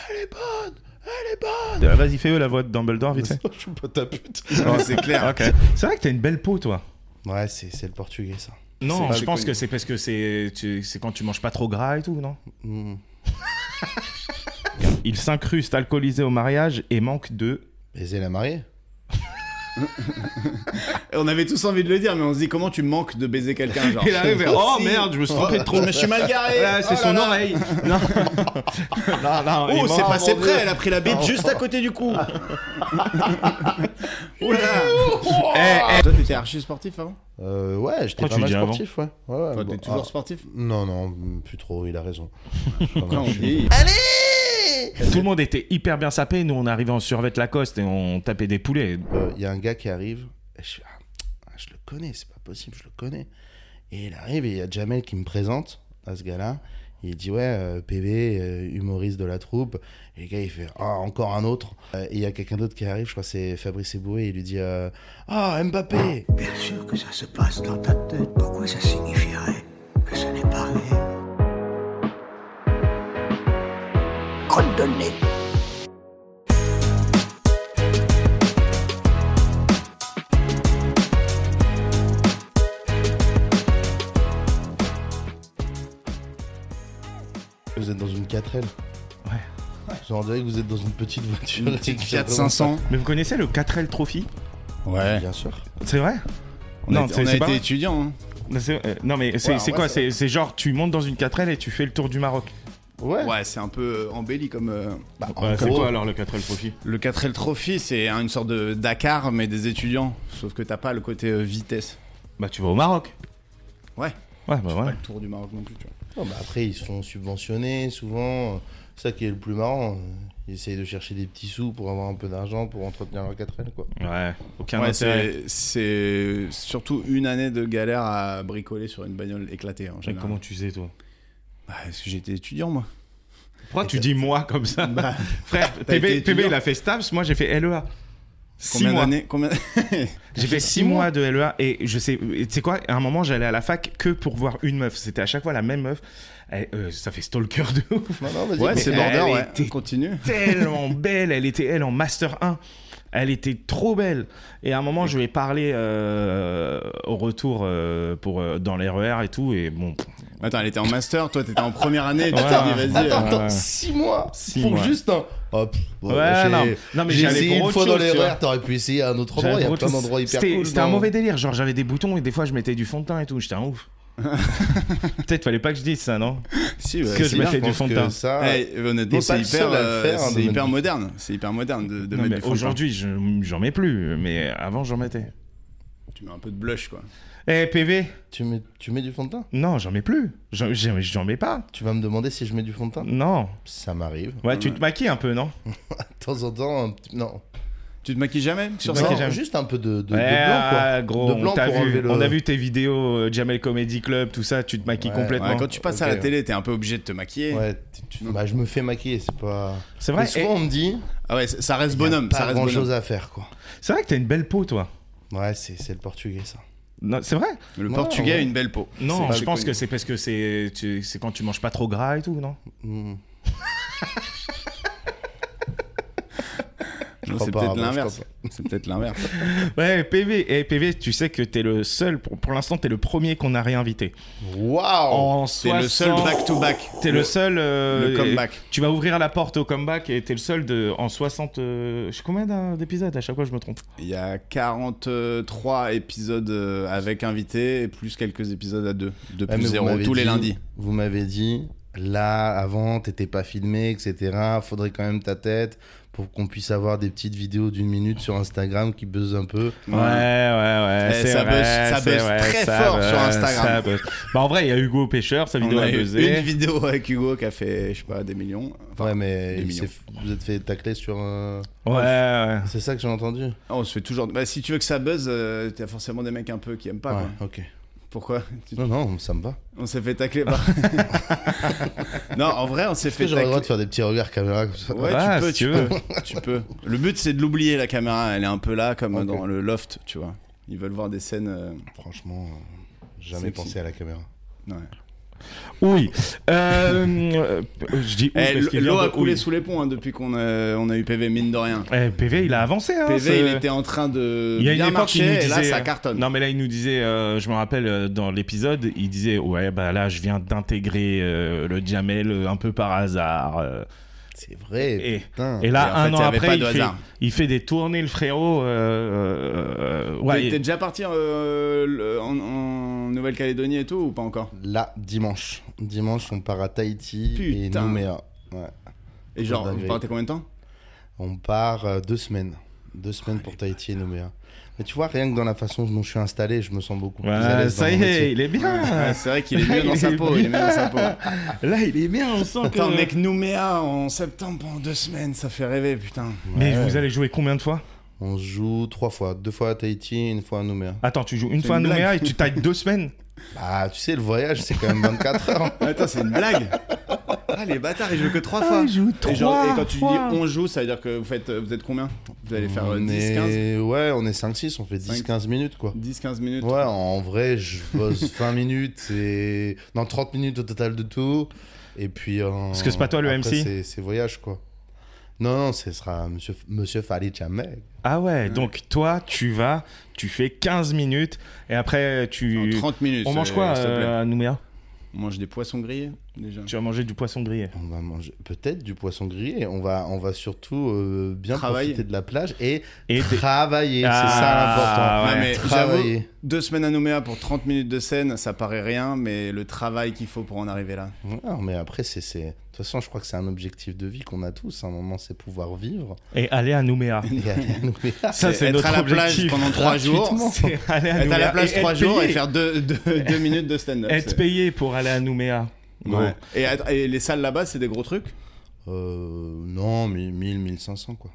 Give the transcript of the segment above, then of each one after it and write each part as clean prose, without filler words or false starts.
Elle est bonne. Elle est bonne. Vas-y, fais la voix de Dumbledore, vite fait. Je suis pas ta pute. Non, c'est clair. Ok. C'est vrai que t'as une belle peau, toi. Ouais, c'est le portugais, ça. Non, C'est je pas pense connu. que c'est parce que c'est quand tu manges pas trop gras et tout, non? Il s'incruste alcoolisé au mariage et manque de... Baiser la mariée. On avait tous envie de le dire, mais on se dit comment tu manques de baiser quelqu'un, genre. Il arrive et... Oh Si. merde, je me suis trompé de trop. Je me suis mal garé. Ouais, c'est Oh son là là. oreille. Non. Non, il Oh, c'est manque- passé mon près, Dieu. elle a pris la bite juste à côté du cou. Oula. Toi, t'étais archi sportif avant? Ouais, j'étais Pourquoi pas tu mal dis avant sportif, ouais. Ouais, Toi, bon, t'es toujours sportif? Non, plus trop, il a raison. Quand on dit. Tout le monde était hyper bien sapé. Nous, on arrivait en survêt Lacoste et on tapait des poulets. Il y a un gars qui arrive, et je fais, je le connais, c'est pas possible, je le connais. Et il arrive et il y a Jamel qui me présente à ce gars-là. Il dit ouais, PV, humoriste de la troupe. Et le gars il fait encore un autre. Et il y a quelqu'un d'autre qui arrive, je crois que c'est Fabrice Eboué. Il lui dit Mbappé. Bien sûr que ça se passe dans ta tête. Pourquoi ça signifierait que ce n'est pas réel? Crotte de nez. Vous êtes dans une 4L. Ouais. On dirait que vous êtes dans une petite voiture. Une petite Fiat 500. Mais vous connaissez le 4L Trophy? Ouais. Bien sûr. C'est vrai? On a c'est été pas vrai. étudiant. Hein. Non, mais Ouais, c'est en quoi? vrai, C'est genre, tu montes dans une 4L et tu fais le tour du Maroc. Ouais, c'est un peu embelli comme. En C'est gros, quoi alors le 4L Trophy? Le 4L Trophy, c'est une sorte de Dakar, mais des étudiants. Sauf que t'as pas le côté vitesse. Bah, tu vas au Maroc. Ouais. Ouais, bah Pas voilà. le tour du Maroc non plus, tu vois. non, bah après, ils se font subventionner souvent. C'est ça qui est le plus marrant. Ils essayent de chercher des petits sous pour avoir un peu d'argent pour entretenir leur 4L, quoi. Ouais, aucun Ouais, intérêt. c'est surtout une année de galère à bricoler sur une bagnole éclatée en Mais général. comment tu sais, toi? Bah, parce que j'étais étudiant, moi. Pourquoi tu dis moi comme ça? Bah, Frère, t'as été PB, étudiant. il a fait STAPS, moi j'ai fait LEA. 6 combien mois. d'années combien... J'ai fait 6 mois de LEA et je sais, tu sais quoi, à un moment j'allais à la fac que pour voir une meuf. C'était à chaque fois la même meuf. Ça fait stalker de ouf. Non, vas-y. Ouais, mais- c'est elle border, ouais. était- Continue. Tellement belle, elle était elle en master 1. Elle était trop belle. Et à un moment, je lui ai parlé au retour dans les RER et tout. Et bon, Attends, elle était en master, toi t'étais en première année, tu Ouais, t'es dit vas-y. Attends, ouais. 6 mois 6 pour mois. juste un... Hop. Ouais, non, mais j'ai j'allais essayé pour une autre fois chose, dans les tu vois. RER, t'aurais pu essayer à un autre endroit. j'avais Il y a autre plein chose. d'endroits hyper C'était- cool. C'était un dans- mauvais délire. Genre, j'avais des boutons et des fois, je mettais du fond de teint et tout. J'étais un ouf. Peut-être fallait pas que je dise ça, non? Si, ouais, Que c'est je bien. mettais du pense fond de que teint. ça... Honnêtement, T'es pas c'est le seul à le faire, hein, c'est de hyper mettre- moderne. C'est hyper moderne de Non, mettre mais du fond de teint. aujourd'hui, j'en mets plus. Mais avant, j'en mettais. Tu mets un peu de blush, quoi. PV? Tu mets du fond de teint? Non, j'en mets plus. J'en mets pas. Tu vas me demander si je mets du fond de teint? Non. Ça m'arrive. Ouais, tu te maquilles un peu, non? De temps en temps, un petit... Non. Tu te maquilles jamais sur te ça? maquilles Non, jamais. juste un peu de Ouais, blanc, quoi. gros, De blanc on t'a pour vu. enlever le... On a vu tes vidéos Jamel Comedy Club, tout ça, tu te maquilles Ouais, complètement. Ouais, quand tu passes à la Ok. télé, t'es un peu obligé de te maquiller. Ouais, bah, je me fais maquiller, c'est pas... C'est vrai, Mais souvent, on me dit... Ah ouais, ça reste il y a bonhomme. pas Ça reste grand-chose bonhomme. à faire, quoi. c'est vrai que t'as une belle peau, toi. Ouais, c'est le portugais, ça. Non, c'est vrai? Le Ouais, portugais ouais. a une belle peau. Non, C'est je pense connu. que c'est parce que c'est quand tu manges pas trop gras et tout, non? Hmm. Non, crois c'est pas, peut-être moi, je l'inverse. crois C'est peut-être l'inverse. Ouais, PV, tu sais que t'es le seul, pour l'instant, t'es le premier qu'on a réinvité. Waouh! C'est le seul back-to-back. T'es le seul. Le comeback. Tu vas ouvrir la porte au comeback et t'es le seul en 60. Je sais combien d'épisodes? À chaque fois, je me trompe. Il y a 43 épisodes avec invités et plus quelques épisodes à deux. De Ouais, plus mais vous 0 m'avez tous les dit- lundis. Vous m'avez dit, là, avant, t'étais pas filmé, etc. Faudrait quand même ta tête pour qu'on puisse avoir des petites vidéos d'1 minute sur Instagram qui buzzent un peu. Ouais. Eh, c'est ça vrai, buzz- ça c'est buzz vrai, très ça fort sur buzz, Instagram. ça buzz. Bah, en vrai, il y a Hugo Pêcheur, sa vidéo On a a eu buzzé. une vidéo avec Hugo qui a fait, je sais pas, des millions. Enfin, Ouais, mais des il millions. vous êtes fait tacler sur... Ouais. C'est ça que j'ai entendu? On se fait toujours. Bah, si tu veux que ça buzz, t'as forcément des mecs un peu qui aiment pas. Ouais, Quoi. ok. Pourquoi Non, ça me va. On s'est fait tacler par. Non, en vrai, on s'est Est-ce fait que j'aurais le droit tacler. de faire des petits regards caméra comme ça? Ouais, Ah, tu si peux, tu tu peux. Le but, c'est de l'oublier, la caméra. Elle est un peu là, comme Ok. dans le loft, tu vois. Ils veulent voir des scènes. Franchement, jamais Sexy. pensé à la caméra. Ouais. Oui. Je dis oui parce qu'il L'eau vient a de coulé oui. sous les ponts hein, depuis qu'on a eu PV, mine de rien. PV, il a avancé. Hein, PV, il était en train de Il y a une bien époque, il marcher nous et là, disait, ça cartonne. Non, mais là, il nous disait, je me rappelle dans l'épisode, il disait, ouais, bah là, je viens d'intégrer le Jamel un peu par hasard. C'est vrai, Et, putain. et là, Et en fait, un il y an avait pas après, de hasard. il fait des tournées, le frérot. Ouais, T'es déjà parti en Nouvelle-Calédonie et tout ou pas encore? Là, dimanche. Dimanche, on part à Tahiti et Putain. Nouméa. Ouais. Et genre, Dinguerie. vous partez combien de temps? On part 2 semaines. 2 semaines pour Tahiti et Nouméa. Mais tu vois, rien que dans la façon dont je suis installé, je me sens beaucoup plus à ouais, l'aise. ça dans y mon est, métier. il est bien. Ouais, c'est vrai qu'il est mieux dans Il sa est peau. Il est mieux bien. dans sa peau. Là, il est bien, on sent Attends, que... mec, Nouméa en septembre pendant 2 semaines, ça fait rêver, putain. Mais Ouais. vous allez jouer combien de fois? On joue 3 fois. 2 fois à Tahiti, 1 fois à Nouméa. Attends, tu joues une C'est fois à une Nouméa blague. et tu tailles 2 semaines? Bah, tu sais, le voyage, c'est quand même 24 heures. Attends, c'est une blague. Ah, les bâtards, ils jouent que 3 fois. il joue Et, genre, et 3 quand tu dis fois. on joue, ça veut dire que vous êtes combien? Vous allez faire On 10, 15 est... Ouais, on est 5-6, on fait 5. 10-15 minutes, quoi. 10-15 minutes. Ouais, en vrai, je bosse 20 minutes et... Non, 30 minutes au total de tout. Et puis... Parce que c'est pas toi le après, MC? c'est voyage, quoi. Non, ce sera Monsieur Farid Jamel. Ah ouais, donc toi, tu fais 15 minutes et après, tu... En 30 minutes. On mange quoi s'il te plaît. à Nouméa? On mange des poissons grillés, déjà. Tu vas manger du poisson grillé. On va manger peut-être du poisson grillé. On va surtout bien Travailler. profiter de la plage et Et travailler. Ah, c'est ça l'important. ouais. Non, mais j'avoue, Travailler. 2 semaines à Nouméa pour 30 minutes de scène, ça paraît rien, mais le travail qu'il faut pour en arriver là. Non, mais après, de toute façon, je crois que c'est un objectif de vie qu'on a tous. À un moment, c'est pouvoir vivre. Et aller à Nouméa. Et aller à Nouméa. Ça, c'est être notre à la objectif. plage pendant 3 jours. Gratuitement. C'est aller à Être à la Nouméa plage et 3 être jours et payé. faire 2 minutes de stand-up. Être c'est- payé pour aller à Nouméa. Bon. Ouais. Et les salles là-bas, c'est des gros trucs? Non, 1000, 1500, quoi.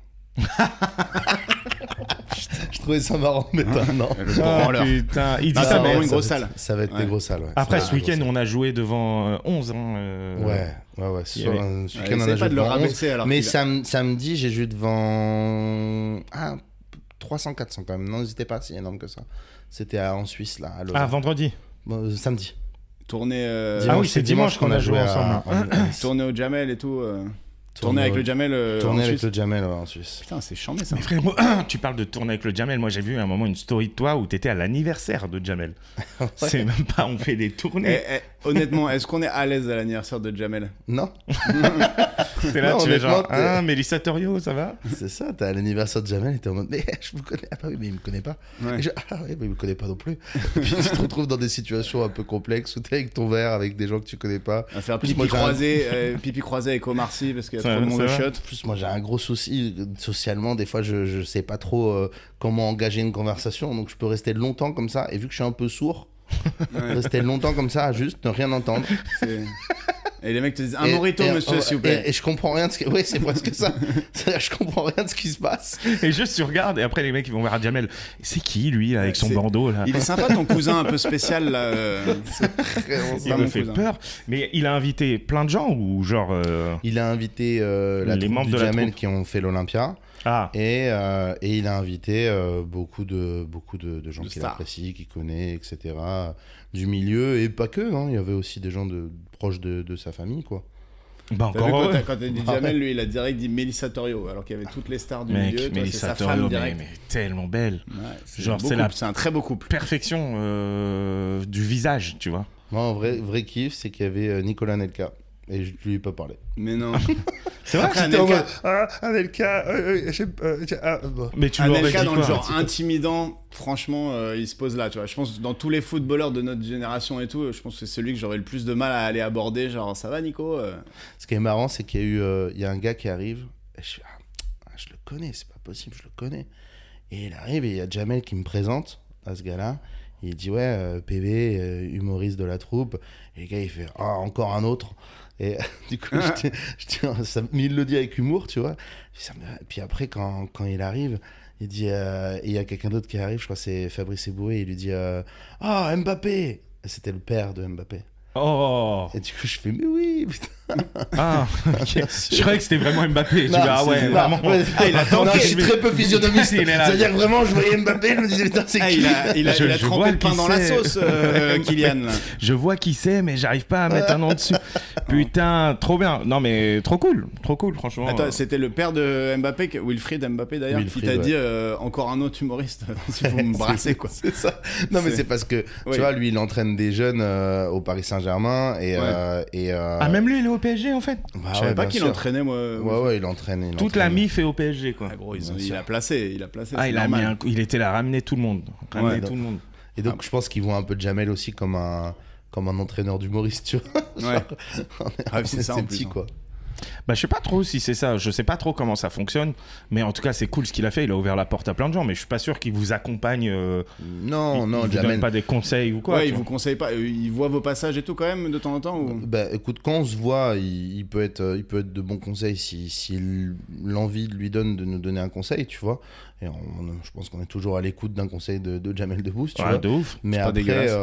Je trouvais ça marrant, mais non. Ah, putain, il dit Ah, ça, c'est mais vraiment une ça grosse va être- salle. Ça va être Ouais. des grosses salles, ouais. après Ça va ce être des week-end, grosses on a joué devant 11. Hein, salles. Ouais. Ce Il y avait- week-end, Ouais, on a essaye pas joué de le devant 11. rabaisser alors Mais qu'il samedi, j'ai joué devant 300, 400 quand même. Non, n'hésitez pas, c'est énorme que ça. C'était en Suisse, là, à Lausanne. Ah, vendredi. Samedi. Tourner, Ah oui, c'est dimanche qu'on a joué ensemble. tourner au Jamel et tout. Tourner avec le Jamel Tourner en avec Suisse. le Jamel en Suisse. Putain, c'est chambé ça. Mais frère, moi, tu parles de tourner avec le Jamel. Moi, j'ai vu à un moment une story de toi où t'étais à l'anniversaire de Jamel. C'est même pas, on fait des tournées. Honnêtement, est-ce qu'on est à l'aise à l'anniversaire de Jamel? Non, T'es là, non, tu fais genre, honnêtement, t'es- hein, Mélissa Torio, ça va? c'est ça, t'es à l'anniversaire de Jamel et t'es en mode, mais je vous connais. Ah bah oui, mais il me connaît pas. Ouais. Et ah oui, mais il me connaît pas non plus. Et puis tu te retrouves dans des situations un peu complexes où t'es avec ton verre, avec des gens que tu connais pas. À faire Plus, pipi moi, j'ai un- croisé, pipi croisé avec Omar Sy parce qu'il y a Ça- trop de monde ça au va shot. En plus, moi j'ai un gros souci socialement. Des fois, je sais pas trop comment engager une conversation, donc je peux rester longtemps comme ça. Et vu que je suis un peu sourd, Ouais, rester longtemps comme ça à juste ne rien entendre. c'est- Et les mecs te disent un Et- morito, et- monsieur, s'il vous plaît. Et je comprends rien de ce qui... Oui, c'est presque ça. C'est-à-dire, je comprends rien de ce qui se passe. Et juste, tu regardes, et après, les mecs, ils vont voir Jamel. C'est qui, lui, là, avec son C'est- bandeau, là? Il est sympa ton cousin un peu spécial là. Vraiment Il ça. me mon fait cousin. peur. Mais il a invité plein de gens ou genre. Il a invité la Les troupe membres du de la Jamel troupe. qui ont fait l'Olympia. Ah, Et il a invité beaucoup de gens De qu'il stars. apprécie, qu'il connaît, etc. Du milieu, et pas que. Hein. Il y avait aussi des gens proches de sa famille, quoi. bah T'as vu encore heureux. quand t'as dit Jamel, lui, il a direct dit Mélissa Torio, alors qu'il y avait toutes les stars du Mec, milieu. Toi, c'est Mélissa sa Torio, femme mais, direct. mais tellement belle. Ouais, c'est Genre, un beau c'est couple, la- c'est un très beau couple. Perfection du visage, tu vois. Moi, en vrai kiff, c'est qu'il y avait Nicolas Nelka. Et je lui ai pas parlé. Mais non. C'est vrai. Après, J'étais en Anelka- mode, Anelka, bon. Mais tu l'aurais dit Anelka dans le quoi, genre intimidant, franchement, il se pose là, tu vois. Je pense que dans tous les footballeurs de notre génération et tout, je pense que c'est celui que j'aurais le plus de mal à aller aborder. Genre, ça va, Nico? Ce qui est marrant, c'est qu'il y a eu, il y a un gars qui arrive. Et je fais, je le connais, c'est pas possible, je le connais. Et il arrive et il y a Jamel qui me présente à ce gars-là. Il dit, ouais, PV, humoriste de la troupe. Et le gars, il fait, encore un autre. Et du coup, mais il le dit avec humour, tu vois. Et puis après, quand il arrive, il dit, et il y a quelqu'un d'autre qui arrive, je crois que c'est Fabrice Eboué, il lui dit, Mbappé. Et c'était le père de Mbappé. Oh. Et du coup, je fais, mais oui, putain. Ah, ok. Je croyais que c'était vraiment Mbappé. Non, Ah ouais, non, vraiment. ouais. Il a Non, tenté. je suis très peu physionomiste. Il est là. C'est-à-dire que vraiment, je voyais Mbappé, je me disais, putain, c'est Ah, qui il a Je vois trempé le pain qui dans la c'est. sauce, Kylian. Là. Je vois qui c'est, mais j'arrive pas à mettre un nom dessus. Putain, trop bien. Non, mais trop cool, franchement. Attends, c'était le père de Mbappé, Wilfried Mbappé d'ailleurs, qui Wilfried, t'a ouais. dit encore un autre humoriste, si vous me brassez quoi. C'est ça. Non, mais c'est parce que, Oui. tu vois, lui, il entraîne des jeunes au Paris Saint-Germain Ah, même lui, il est au PSG en fait. Bah Je savais ouais, pas bien qu'il sûr. entraînait moi. Ouais, il entraîne. Toute la MIF est au PSG quoi. Ah, gros, Bien il sûr. a placé. Ah, c'est il a mis normal. il était là à ramener tout le monde. Ramener Ouais. tout le monde. Et donc, je pense qu'ils voient un peu Jamel aussi comme un entraîneur d'humoriste, tu vois. Ouais. Ah, c'est ça, en plus, petit, hein. quoi. Bah, je sais pas trop si c'est ça. Je sais pas trop comment ça fonctionne. Mais en tout cas, c'est cool ce qu'il a fait. Il a ouvert la porte à plein de gens. Mais je suis pas sûr qu'il vous accompagne. Non, il vous Jamel. donne pas des conseils ou quoi. Ouais, tu il vois. vous conseille pas. Il voit vos passages et tout quand même de temps en temps ou... Bah, écoute, quand on se voit, il peut être de bons conseils si l'envie lui donne de nous donner un conseil, tu vois. Et je pense qu'on est toujours à l'écoute d'un conseil de Jamel Debbouze, tu Ouais, vois. de ouf. Mais pas dégueulasse.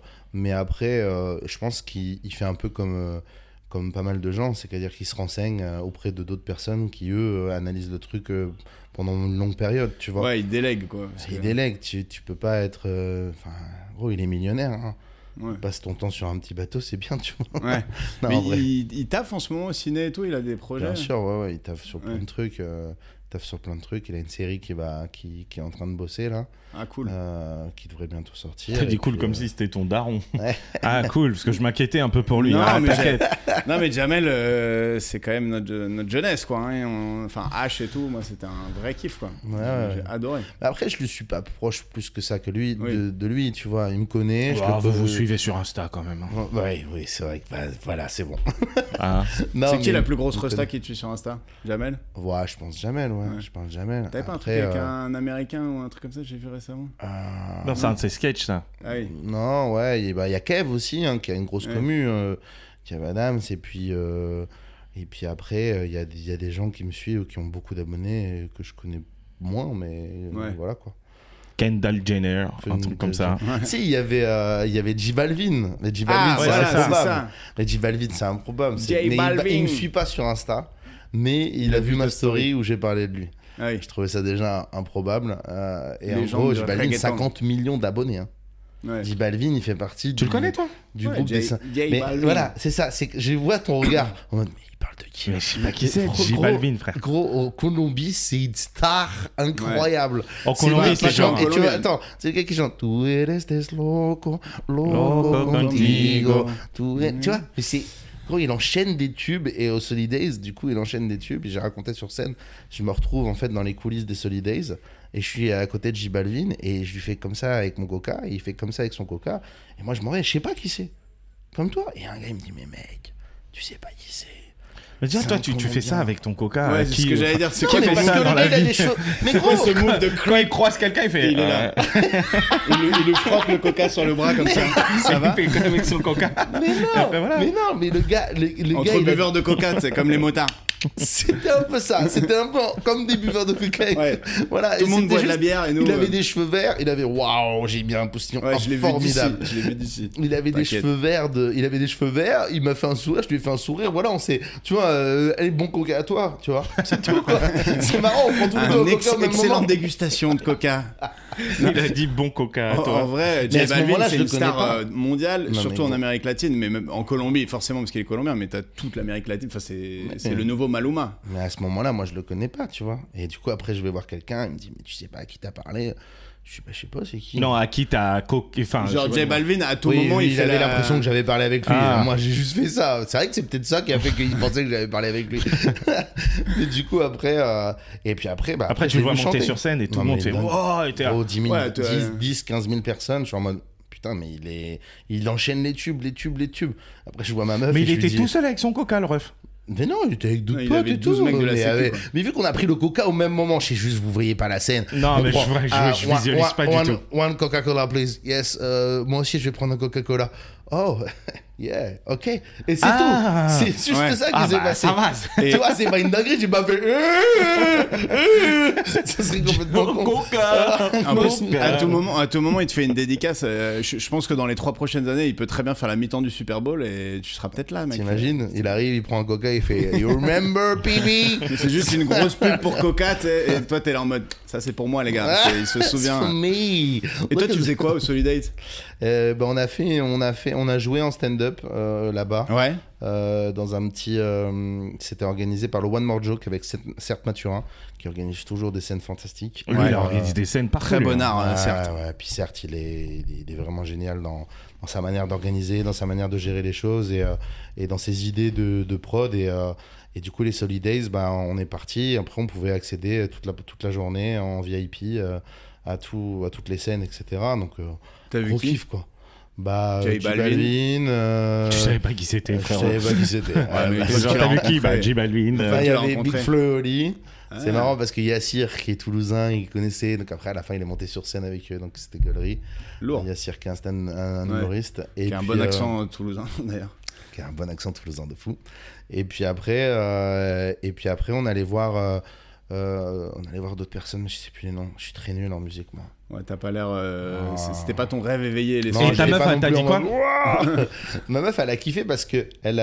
après, je pense qu'il fait un peu comme pas mal de gens, c'est-à-dire qu'il se renseigne auprès de d'autres personnes qui, eux, analysent le truc pendant une longue période, tu vois. Ouais, il délègue quoi. parce Il que- délègue, tu peux pas être... Enfin, gros, il est millionnaire, hein. Ouais. Passe ton temps sur un petit bateau, c'est bien, tu vois. Ouais. Non, Mais en vrai. il taffe en ce moment au ciné et tout, il a des projets. Bien sûr, ouais, il taffe sur plein Ouais. de trucs. Il a une série qui est en train de bosser là, Ah cool. qui devrait bientôt sortir. T'as dit Et cool puis, comme si c'était ton daron. Ouais. Ah, cool, parce que je m'inquiétais un peu pour lui. Non, Ah, mais t'inquiète. Non mais Jamel, c'est quand même notre jeunesse quoi. Hein. Enfin H et tout, moi c'était un vrai kiff quoi. Ouais. J'ai adoré. Après, je lui suis pas proche plus que ça que lui, Oui. de lui, tu vois. Il me connaît. je Ah, le vous peux- suivez sur Insta quand même. hein. Oui, c'est vrai que voilà, c'est bon. Ah. Non, C'est qui mais la plus grosse il me resta connaît. qui te suit sur Insta? Jamel? Ouais, je pense Jamel, ouais. Ouais. Je pense Jamel. T'avais pas un truc Après, avec un américain ou un truc comme ça que j'ai vu récemment? Non, c'est un de ses sketchs, ça. Ah oui. Non, ouais, il y a Kev aussi, hein, qui a une grosse Ouais. commu, Kev Adams, et puis après, il y a des gens qui me suivent, qui ont beaucoup d'abonnés, que je connais moins, mais Ouais. voilà quoi. Kendall Jenner, un truc comme ça. Si, il y avait J Balvin. Mais J Ah, Balvin, voilà, c'est c'est improbable. ça. Mais J Balvin, c'est improbable. J Mais Balvin. il me suit pas sur Insta, mais il a vu ma story où j'ai parlé de lui. Ah oui. Je trouvais ça déjà improbable. Et en Légende gros, de J Balvin, reggaeton. 50 millions d'abonnés. Hein. Ouais. J Balvin, il fait partie Tu le connais, toi? du Ouais, groupe des... J Mais Balvin. voilà, c'est ça. C'est que je vois ton regard en mode, mais il parle de qui Mais je sais pas qui c'est, J Gros, Balvin, frère. Gros, au Colombie, c'est une star incroyable. En Colombie, pas c'est genre- et tu vois, Colombien. attends, c'est quelqu'un qui chante Tu eres des loco, Loco loco contigo. contigo. Tu vois, mais c'est. Gros, il enchaîne des tubes et au Solidays, du coup, il enchaîne des tubes. Et j'ai raconté sur scène, je me retrouve en fait dans les coulisses des Solidays et je suis à côté de J Balvin et je lui fais comme ça avec mon coca et il fait comme ça avec son coca. Et moi, je m'en vais, je sais pas qui c'est. Comme toi. Et un gars, il me dit, mais mec, tu sais pas qui c'est. Mais déjà, C'est toi, un tu fais Colombien. ça avec ton coca. Ouais, c'est ce que j'allais dire. C'est qui quoi fait parce ça que dans le la gars, il a vie des cheveux. Mais gros, ce move de Quand il croise quelqu'un, il fait. Il est là. il lui frotte le coca sur le bras comme ça. Ça va? Il fait comme avec son coca. mais non, Après, voilà. mais non, mais le gars, le Entre gars, il a- buveurs de coca, c'est comme les motards. C'était un peu ça, c'était un peu comme des buveurs de coca. Ouais. Voilà, Tout et le monde c'était boit de la juste- bière et nous. Il avait des cheveux verts, il avait waouh, j'ai mis un postillon Ouais, je l'ai vu d'ici. formidable. Je l'ai vu d'ici. Il avait des T'inquiète. cheveux verts, il avait des cheveux verts, il m'a fait un sourire, je lui ai fait un sourire, voilà, on s'est, tu vois, allez, bon coca à toi, tu vois, c'est tout quoi. C'est marrant, on prend tous les deux Un un coca au même excellente moment. dégustation de coca. Il a dit bon coca à En toi. vrai, Mais à J ce Balvin, moment-là, c'est je une le connais star pas. mondiale, Non, surtout mais en bon. Amérique latine, mais même en Colombie, forcément, parce qu'il est colombien, mais t'as toute l'Amérique latine. Enfin, c'est le nouveau Maluma. Mais à ce moment-là, moi, je le connais pas, tu vois. Et du coup, après, je vais voir quelqu'un, il me dit, mais tu sais pas à qui t'as parlé. Je sais pas, c'est qui. Non, à qui t'as coqué. Enfin, Genre, je sais J pas. Balvin, à tout Oui, moment, oui, il fait avait la... l'impression que j'avais parlé avec lui. Ah. Moi, j'ai juste fait ça. C'est vrai que c'est peut-être ça qui a fait qu'il pensait que j'avais parlé avec lui. Mais du coup, après, et puis après, bah, Après, tu je le l'ai vois vu monter chanter. sur scène et tout Non, le monde mais fait dingue. Oh, et t'es là. Gros, 10, 000, Ouais, toi, 10, 15 000 personnes. Je suis en mode, putain, mais il enchaîne les tubes. Après, je vois ma meuf. Mais et il je lui était dis- tout seul avec son coca, le ref. Mais non, il était avec d'autres Ouais, il potes avait et 12 tout. mecs de la mais, sécu, quoi. mais vu qu'on a pris le coca au même moment, je sais juste, vous voyez pas la scène. Non, On mais prend, je visualise pas du tout. One Coca-Cola, please. Yes, moi aussi, je vais prendre un Coca-Cola. oh, yeah, ok. Et c'est Ah. tout. C'est juste Ouais. ça qui s'est passé. Ça va. Tu vois, c'est pas une dinguerie, j'ai pas fait. Ça serait complètement con. Coca. En plus, à tout moment, il te fait une dédicace. Je pense que dans les 3 prochaines années, il peut très bien faire la mi-temps du Super Bowl et tu seras peut-être là, mec. T'imagines, il arrive, il prend un coca, il fait You remember, PB? Mais c'est juste une grosse pub pour Coca, tu sais, et toi, t'es là en mode ça, c'est pour moi, les gars. Il se souvient. For me. Et toi, tu faisais quoi au Solidate? On a joué en stand-up là-bas. Ouais. Dans un petit. C'était organisé par le One More Joke avec Certes Mathurin, qui organise toujours des scènes fantastiques. Lui, il organise des scènes partout. Très lui, bon hein. art, certes. Ouais, puis certes, il est vraiment génial dans sa manière d'organiser, dans sa manière de gérer les choses et dans ses idées de prod. Et du coup, les Solid Days, on est parti. Après, on pouvait accéder toute la journée en VIP à toutes les scènes, etc. Donc, T'as vu gros qui kiff, quoi. J Balvin. Je savais pas qui c'était, Je frère. savais pas qui c'était. mais Genre, tu l'as t'as vu qui? rencontré. J Balvin. Enfin, il y l'as avait rencontré. Big Flo et Oli. Ah. C'est marrant parce que Yassir, qui est toulousain, il connaissait. Donc après, à la fin, il est monté sur scène avec eux. Donc c'était gaulerie. Lourd. Yassir, qui est un Ouais. humoriste. Et Qui a un puis, bon accent toulousain, d'ailleurs. qui a un bon accent toulousain de fou. Et puis après, on allait voir d'autres personnes, mais je sais plus les noms. Je suis très nul en musique, moi. Ouais, t'as pas l'air. C'était pas ton rêve éveillé, les Et songes. ta je l'ai meuf, pas elle non t'a plus dit en quoi? mode, Wouah. Ma meuf, elle a kiffé parce que elle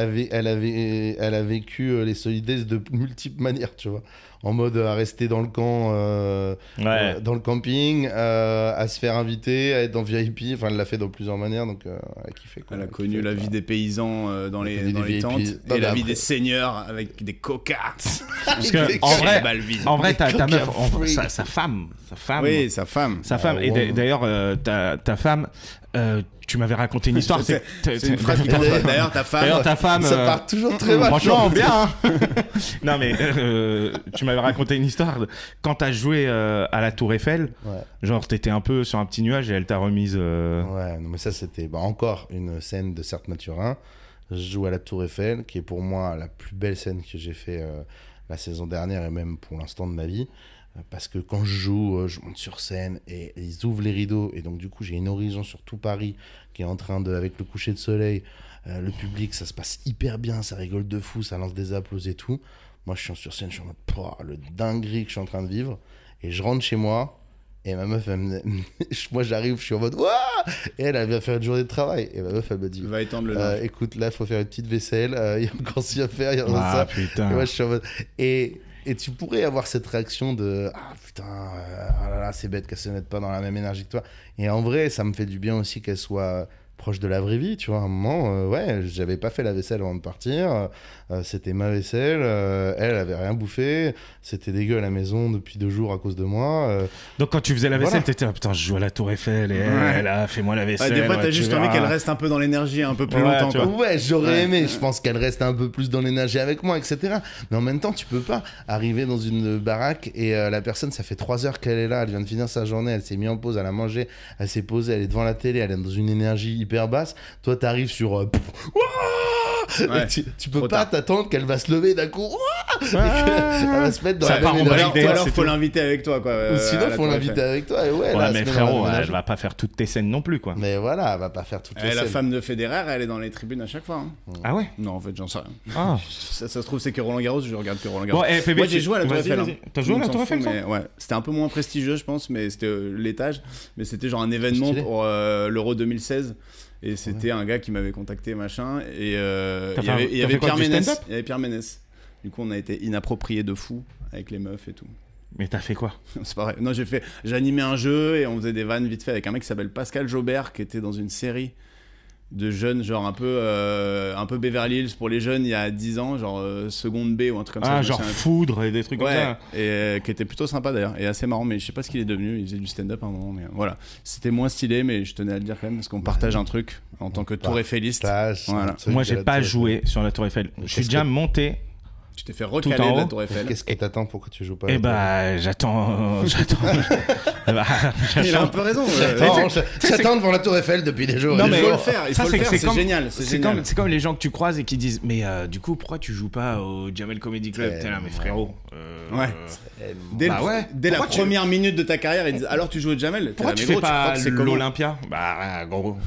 a vécu les Solid Days de multiples manières, tu vois. En mode à rester dans le camp, dans le camping, à se faire inviter, à être dans VIP. Enfin, elle l'a fait dans plusieurs manières, donc elle a kiffé. Quoi. Elle a connu la vie des paysans dans Elle a les connu des tentes VIP. Non, et la mais vie après- des seigneurs avec des cocards. Parce que, en vrai, ta Coca meuf, free. sa femme. Oui, sa femme. Sa femme. Et ouais. d'ailleurs, ta femme, tu m'avais raconté une histoire. C'est une phrase qui D'ailleurs- D'ailleurs, ta femme. D'ailleurs, ta femme. Ça part toujours très mal. Franchement, bien. Hein. Non, mais tu m'avais raconté une histoire. Quand t'as joué à la Tour Eiffel, Ouais. genre t'étais un peu sur un petit nuage et elle t'a remise. Ouais, non, mais ça, c'était encore une scène de Certes Mathurin. Je joue à la Tour Eiffel, qui est pour moi la plus belle scène que j'ai fait la saison dernière et même pour l'instant de ma vie. Parce que quand je joue, je monte sur scène et ils ouvrent les rideaux. Et donc, du coup, j'ai une horizon sur tout Paris qui est en train de, avec le coucher de soleil, le public, ça se passe hyper bien, ça rigole de fou, ça lance des applaudissements et tout. Moi, je suis sur scène, je suis en mode, pouah, le dinguerie que je suis en train de vivre. Et je rentre chez moi. Et ma meuf, moi j'arrive, je suis en mode Wouah. Et elle vient faire une journée de travail. Et ma meuf, elle me dit Va étendre le linge. écoute, là, il faut faire une petite vaisselle. Il y a encore ci à faire, il y a Ah, ça. putain. Et moi, je suis en mode. Et tu pourrais avoir cette réaction de ah putain, ah là là, c'est bête qu'elle se mette pas dans la même énergie que toi. Et en vrai, ça me fait du bien aussi qu'elle soit proche de la vraie vie, tu vois. À un moment, ouais, j'avais pas fait la vaisselle avant de partir. C'était ma vaisselle. Elle avait rien bouffé. C'était dégueu à la maison depuis 2 jours à cause de moi. Donc quand tu faisais la vaisselle, Voilà. t'étais putain, je joue à la Tour Eiffel et Ouais. elle a fait-moi la vaisselle. Des fois, ouais, t'as tu juste envie verras. qu'elle reste un peu dans l'énergie un peu plus Ouais, longtemps. tu Quoi. vois. Ouais, j'aurais Ouais. aimé. Je pense qu'elle reste un peu plus dans l'énergie avec moi, etc. Mais en même temps, tu peux pas arriver dans une baraque et la personne, ça fait 3 heures qu'elle est là, elle vient de finir sa journée, elle s'est mise en pause, elle a mangé, elle s'est posée, elle est devant la télé, elle est dans une énergie hyper basse. Toi, t'arrives sur. Ouais. Et tu peux Trop pas tard. t'attendre qu'elle va se lever d'un coup. Et Ah. qu'elle va se mettre dans Ça la part même en énergie. breakdance, Ou alors, c'est faut tout. l'inviter avec toi. Quoi, Ou sinon, à la faut Tour l'inviter Eiffel. avec toi. Et ouais, Ouais, là, mais se met dans la frérot, même elle énergie. va pas faire toutes tes scènes non plus, quoi. Mais voilà, elle va pas faire toutes les La scènes. femme de Federer, elle est dans les tribunes à chaque fois. Hein. Ah ouais. Non, en fait, j'en sais rien. Ah. Ça se trouve, c'est que Roland Garros, je regarde que Roland Garros. Bon, PV, Moi, j'ai joué à la Tour vas-y, Eiffel. vas-y. hein. T'as Tout joué le à la monde Tour s'en fout, Eiffel, ça mais ouais. C'était un peu moins prestigieux, je pense, mais c'était l'étage. Mais c'était genre un événement Stylé. pour l'Euro 2016. Et c'était un gars qui m'avait contacté, machin. Et T'as il y avait, fait- il y t'as avait fait quoi, Pierre du Ménès. stand-up Il y avait Pierre Ménès. Du coup, on a été inappropriés de fou avec les meufs et tout. Mais t'as fait quoi? C'est pas vrai. Non, j'ai animé un jeu et on faisait des vannes vite fait avec un mec qui s'appelle Pascal Jaubert qui était dans une série de jeunes, genre un peu Beverly Hills pour les jeunes il y a 10 ans, genre seconde B ou un truc comme ça. Ah, je me genre souviens. foudre et des trucs comme Ouais, ça. et qui était plutôt sympa d'ailleurs et assez marrant, mais je sais pas ce qu'il est devenu. Il faisait du stand-up à un moment, mais voilà. C'était moins stylé, mais je tenais à le dire quand même parce qu'on partage un truc en tant que tour Eiffeliste. Partage, Voilà. un truc Moi, de j'ai la pas Tour joué sur la Tour Eiffel. Je suis qu'est-ce déjà que- monté Tu t'es fait Tout recaler en de la haut. Tour Eiffel. Qu'est-ce qui t'attend? Pourquoi tu joues pas? Eh bah, j'attends. Eh bah, Il a un peu raison. J'attends devant la Tour Eiffel depuis des jours. Non, Il mais faut le faire, ça, c'est comme- génial. C'est comme les gens que tu croises et qui disent mais du coup pourquoi tu joues pas au Jamel Comedy Club? T'es là mais frérot. Ouais. Dès, Bah ouais. dès la Pourquoi tu- première minute de ta carrière, ils disent alors tu joues au Jamel? Pourquoi T'es tu là, mais fais gros, crois pas que c'est comment l'Olympia? Bah gros.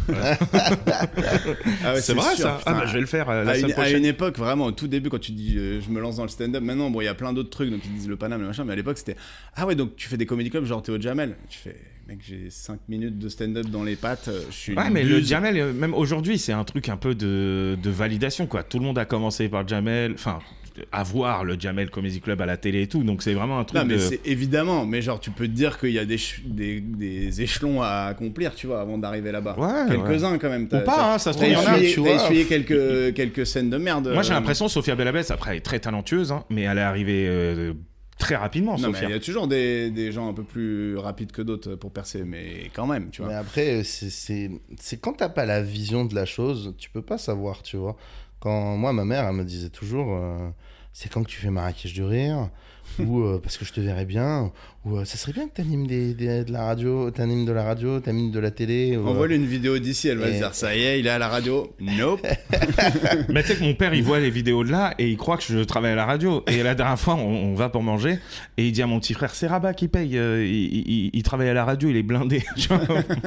Ah ouais, c'est vrai sûr, ça. putain. Ah bah je vais le faire la À semaine une prochaine. époque, vraiment, au tout début, quand tu dis je me lance dans le stand-up, maintenant, bon, il y a plein d'autres trucs, donc ils disent le Paname, le machin, mais à l'époque, c'était ah ouais, donc tu fais des comedy clubs, genre t'es au Jamel. Tu fais, mec, j'ai 5 minutes de stand-up dans les pattes, je suis. Ouais, une mais le buse. Jamel, même aujourd'hui, c'est un truc un peu de validation, quoi. Tout le monde a commencé par Jamel, enfin, à voir le Jamel Comedy Club à la télé et tout, donc c'est vraiment un truc Non, mais de... c'est évidemment, mais genre, tu peux te dire qu'il y a des échelons à accomplir, tu vois, avant d'arriver là-bas. Ouais, Quelques-uns, quand même. Ou pas, hein, ça se trouve, il y en a. T'as essuyé quelques scènes de merde. Moi, j'ai l'impression, Sophia Bellabès, après, elle est très talentueuse, hein, mais elle est arrivée très rapidement, Non, mais Sophia. il y a toujours des gens un peu plus rapides que d'autres pour percer, mais quand même, tu vois. Mais après, c'est quand t'as pas la vision de la chose, tu peux pas savoir, tu vois. Quand moi, ma mère, elle me disait toujours, c'est quand que tu fais Marrakech du rire, ou parce que je te verrais bien, ou ça serait bien que t'animes de la radio, t'animes de la télé. Ou, Envoie-lui une vidéo d'ici, elle va et- se dire ça y est, il est à la radio. Nope. Mais tu sais que mon père, il voit les vidéos de là et il croit que je travaille à la radio. Et la dernière fois, on va pour manger et il dit à mon petit frère, c'est Rabat qui paye. Il travaille à la radio, il est blindé. Tu vois.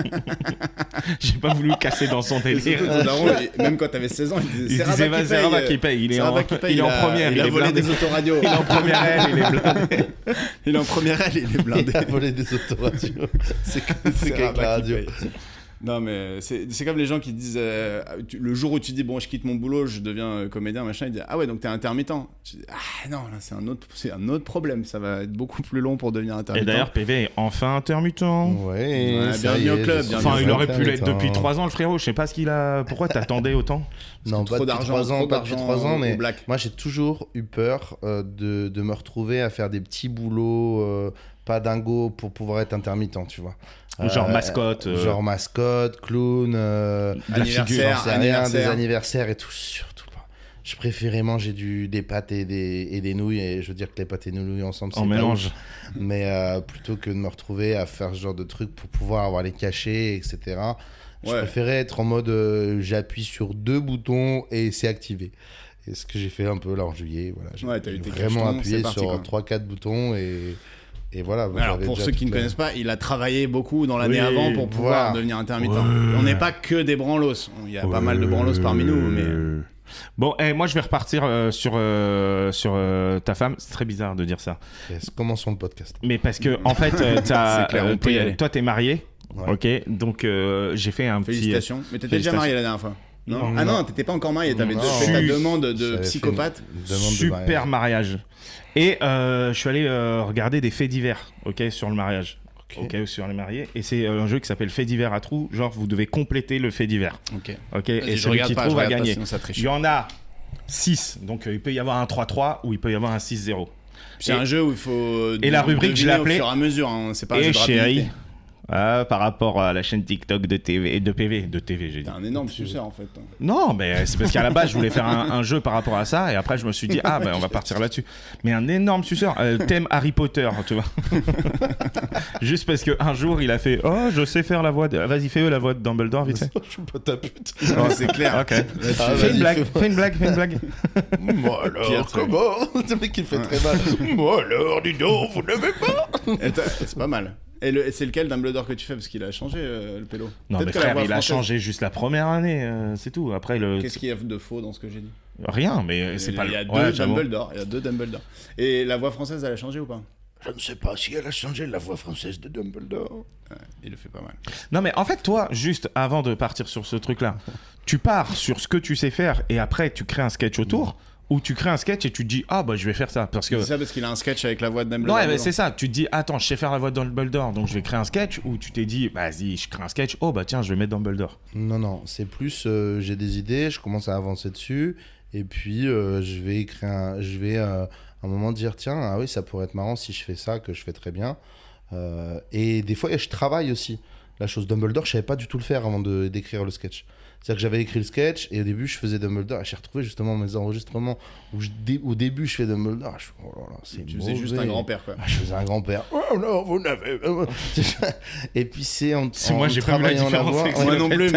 J'ai pas voulu le casser dans son Et surtout, délire. ton daron, même quand t'avais 16 ans, il Il disait disait, bah, c'est Rabat qui paye. Il est en première. Il a est volé blindé. des autoradios. Il est en première aile, il est blindé. Il est en première aile, il est blindé. il a volé des autoradios. c'est qu'avec Rabat la qui radio. paye. Non, mais c'est comme les gens qui disent le jour où tu dis bon, je quitte mon boulot, je deviens comédien, machin, ils disent ah ouais, donc t'es intermittent. Tu dis ah non, là c'est un autre problème, ça va être beaucoup plus long pour devenir intermittent. Et d'ailleurs, PV est enfin intermittent. Ouais, Ouais, ça y bienvenue au est, club, je bienvenue suis Enfin, il en aurait pu l'être intermittent. depuis 3 ans, le frérot. Je sais pas ce qu'il a. Pourquoi t'attendais autant? Non, trop pas depuis 3 ans, trop pas depuis 3 ans, au mais black. moi j'ai toujours eu peur de me retrouver à faire des petits boulots pas dingo pour pouvoir être intermittent, tu vois. Genre mascotte. Genre mascotte, clown, Anniversaire, j'en sais rien, des anniversaire. anniversaires et tout, surtout pas. Je préférais manger des pâtes et des nouilles, et je veux dire que les pâtes et les nouilles ensemble, c'est En pas mélange. ouf. Mais plutôt que de me retrouver à faire ce genre de trucs pour pouvoir avoir les cachets, etc. Je Ouais. préférais être en mode j'appuie sur 2 boutons et c'est activé. Et ce que j'ai fait un peu là en juillet, voilà, j'ai Ouais, t'as eu tes vraiment cachetons, appuyé c'est parti, sur quoi. 3-4 boutons et voilà. Alors j'avais pour déjà ceux qui ne toute la- connaissent pas, il a travaillé beaucoup dans l'année Oui, avant pour pouvoir voilà. devenir intermittent. Ouais. On n'est pas que des branlos. Il y a pas mal de branlos parmi nous, mais Bon, moi je vais repartir sur ta femme. C'est très bizarre de dire ça. Yes, commençons le podcast. Mais parce que, en fait, C'est clair, on peut y aller. toi, t'es marié. Ouais. Ok, donc j'ai fait un petit. félicitations. Mais t'étais déjà félicitations. marié la dernière fois. Non, Non. Ah non, t'étais pas encore marié. T'avais Non. fait ta demande de J'avais fait psychopathe. une demande de Super mariage. Et je suis allé regarder des faits divers, ok, sur le mariage. Ok, sur les mariés. Et c'est un jeu qui s'appelle Faits divers à trous. Genre, vous devez compléter le fait divers. Ok. Ok, Vas-y, et je celui regarde qui pas, trouve je va regarde pas, gagner. sinon ça triche. Il y en a 6. Donc, il peut y avoir un 3-3 ou il peut y avoir un 6-0. C'est Et- un jeu où il faut. Et la rubrique, je l'ai deviner appelée- au fur et à mesure. Hein. C'est pas un jeu Et de chérie, rapidité. par rapport à la chaîne TikTok de TV, de PV, j'ai dit. T'es un énorme suceur en fait. Non, mais c'est parce qu'à la base, je voulais faire un jeu par rapport à ça, et après, je me suis dit, ah, ben, on va partir là-dessus. Mais un énorme suceur, thème Harry Potter, tu vois. Juste parce qu'un jour, il a fait, oh, je sais faire la voix de... Vas-y, fais la voix de Dumbledore, vite fait. Je suis pas ta pute. Oh, c'est clair. Ok. Ah, Fais une vas-y, blague, fais- fais une blague, fais une blague. Moi alors, Pire truc. comment? Ce mec il fait très mal. Moi alors, dis donc, vous n'avez pas. C'est pas mal. Et c'est lequel Dumbledore que tu fais parce qu'il a changé le pélo. Non, Peut-être mais que la frère, voix il a française- changé juste la première année, c'est tout. Après, Qu'est-ce qu'il y a de faux dans ce que j'ai dit? rien, mais c'est pas Il y a le... deux Ouais, j'avoue. Dumbledore. Il y a 2 Dumbledore. Et la voix française, elle a changé ou pas? Je ne sais pas si elle a changé la voix française de Dumbledore. Ouais, il le fait pas mal. Non, mais en fait, toi, juste avant de partir sur ce truc-là, tu pars sur ce que tu sais faire et après, tu crées un sketch autour, ou tu crées un sketch et tu te dis, ah, bah, je vais faire ça. Parce que. C'est ça parce qu'il a un sketch avec la voix de Non, Dumbledore. ouais, mais c'est ça. Tu te dis, attends, je sais faire la voix de Dumbledore, donc je vais créer un sketch, ou tu t'es dit, vas-y, je crée un sketch, oh, bah, tiens, je vais mettre Dumbledore. Non, c'est plus j'ai des idées, je commence à avancer dessus, et puis je vais à un moment dire tiens, ah oui, ça pourrait être marrant si je fais ça, que je fais très bien. Et des fois, je travaille aussi. La chose Dumbledore, je savais pas du tout le faire avant d'écrire le sketch. C'est-à-dire que j'avais écrit le sketch et au début je faisais Dumbledore et j'ai retrouvé justement mes enregistrements où au début je fais Dumbledore. Oh là là, c'est Tu faisais juste un grand-père, quoi. Je faisais un grand-père. Oh non, vous n'avez. Et puis c'est moi, j'ai pas vu la différence avec Moi non plus, mais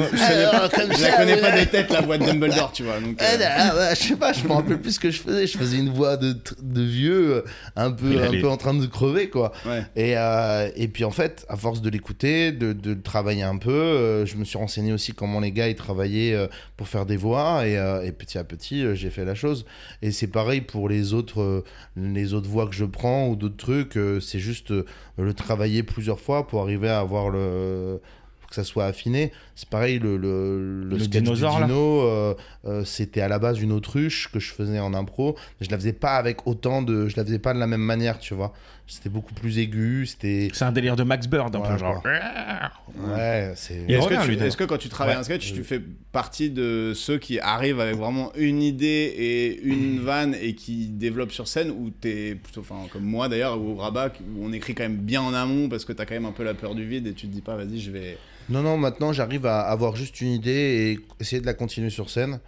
je la connais pas des têtes, la voix de Dumbledore, tu vois. Donc, je sais pas, je me rappelle plus ce que je faisais. Je faisais une voix de vieux, un peu en train de crever, quoi. Ouais. Et puis en fait, à force de l'écouter, de travailler un peu, je me suis renseigné aussi comment les gars ils travaillaient pour faire des voix et petit à petit j'ai fait la chose. Et c'est pareil pour les autres voix que je prends ou d'autres trucs. C'est juste le travailler plusieurs fois pour arriver à avoir que ça soit affiné. C'est pareil, le sketch dinosaure, du Dino, c'était à la base une autruche que je faisais en impro. Je la faisais pas avec je la faisais pas de la même manière, tu vois. C'était beaucoup plus aigu, c'est un délire de Max Bird, un peu genre. Ouais, c'est... Est-ce que quand tu travailles un sketch, tu fais partie de ceux qui arrivent avec vraiment une idée et une vanne et qui développent sur scène, ou t'es plutôt, comme moi d'ailleurs, ou Rabat, où on écrit quand même bien en amont parce que t'as quand même un peu la peur du vide et tu te dis pas, vas-y, je vais... Non, maintenant j'arrive à avoir juste une idée et essayer de la continuer sur scène.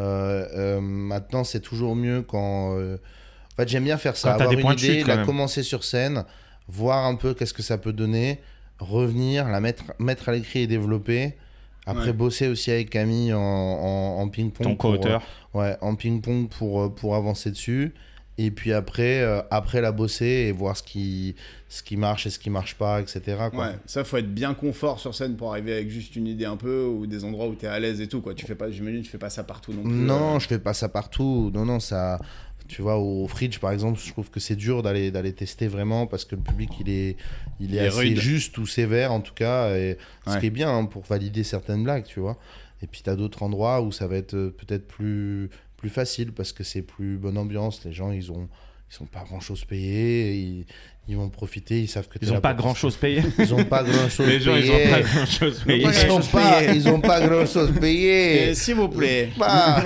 Maintenant c'est toujours mieux quand... En fait, j'aime bien faire ça, avoir une idée, la commencer sur scène, voir un peu qu'est-ce que ça peut donner, revenir, la mettre à l'écrit et développer. Après, bosser aussi avec Camille en ping-pong. Ton co-auteur. En ping-pong pour avancer dessus. Et puis après la bosser et voir ce qui marche et ce qui marche pas, etc. Quoi. Ouais, ça, faut être bien confort sur scène pour arriver avec juste une idée un peu, ou des endroits où t'es à l'aise et tout, quoi. J'imagine, tu fais pas ça partout non plus. Non, je fais pas ça partout. Non, ça... Tu vois, au Fridge, par exemple, je trouve que c'est dur d'aller tester vraiment parce que le public, il est assez rude. juste ou sévère, en tout cas. Et ce qui est bien pour valider certaines blagues, tu vois. Et puis, tu as d'autres endroits où ça va être peut-être plus facile parce que c'est plus bonne ambiance. Les gens, ils sont pas grand-chose payés. Ils vont profiter, ils savent que ils ont pas grand-chose payé. Ils ont pas grand-chose payé. Les gens, ils ont pas grand-chose payé. Ils ont pas grand-chose payé. S'il vous plaît. Bah.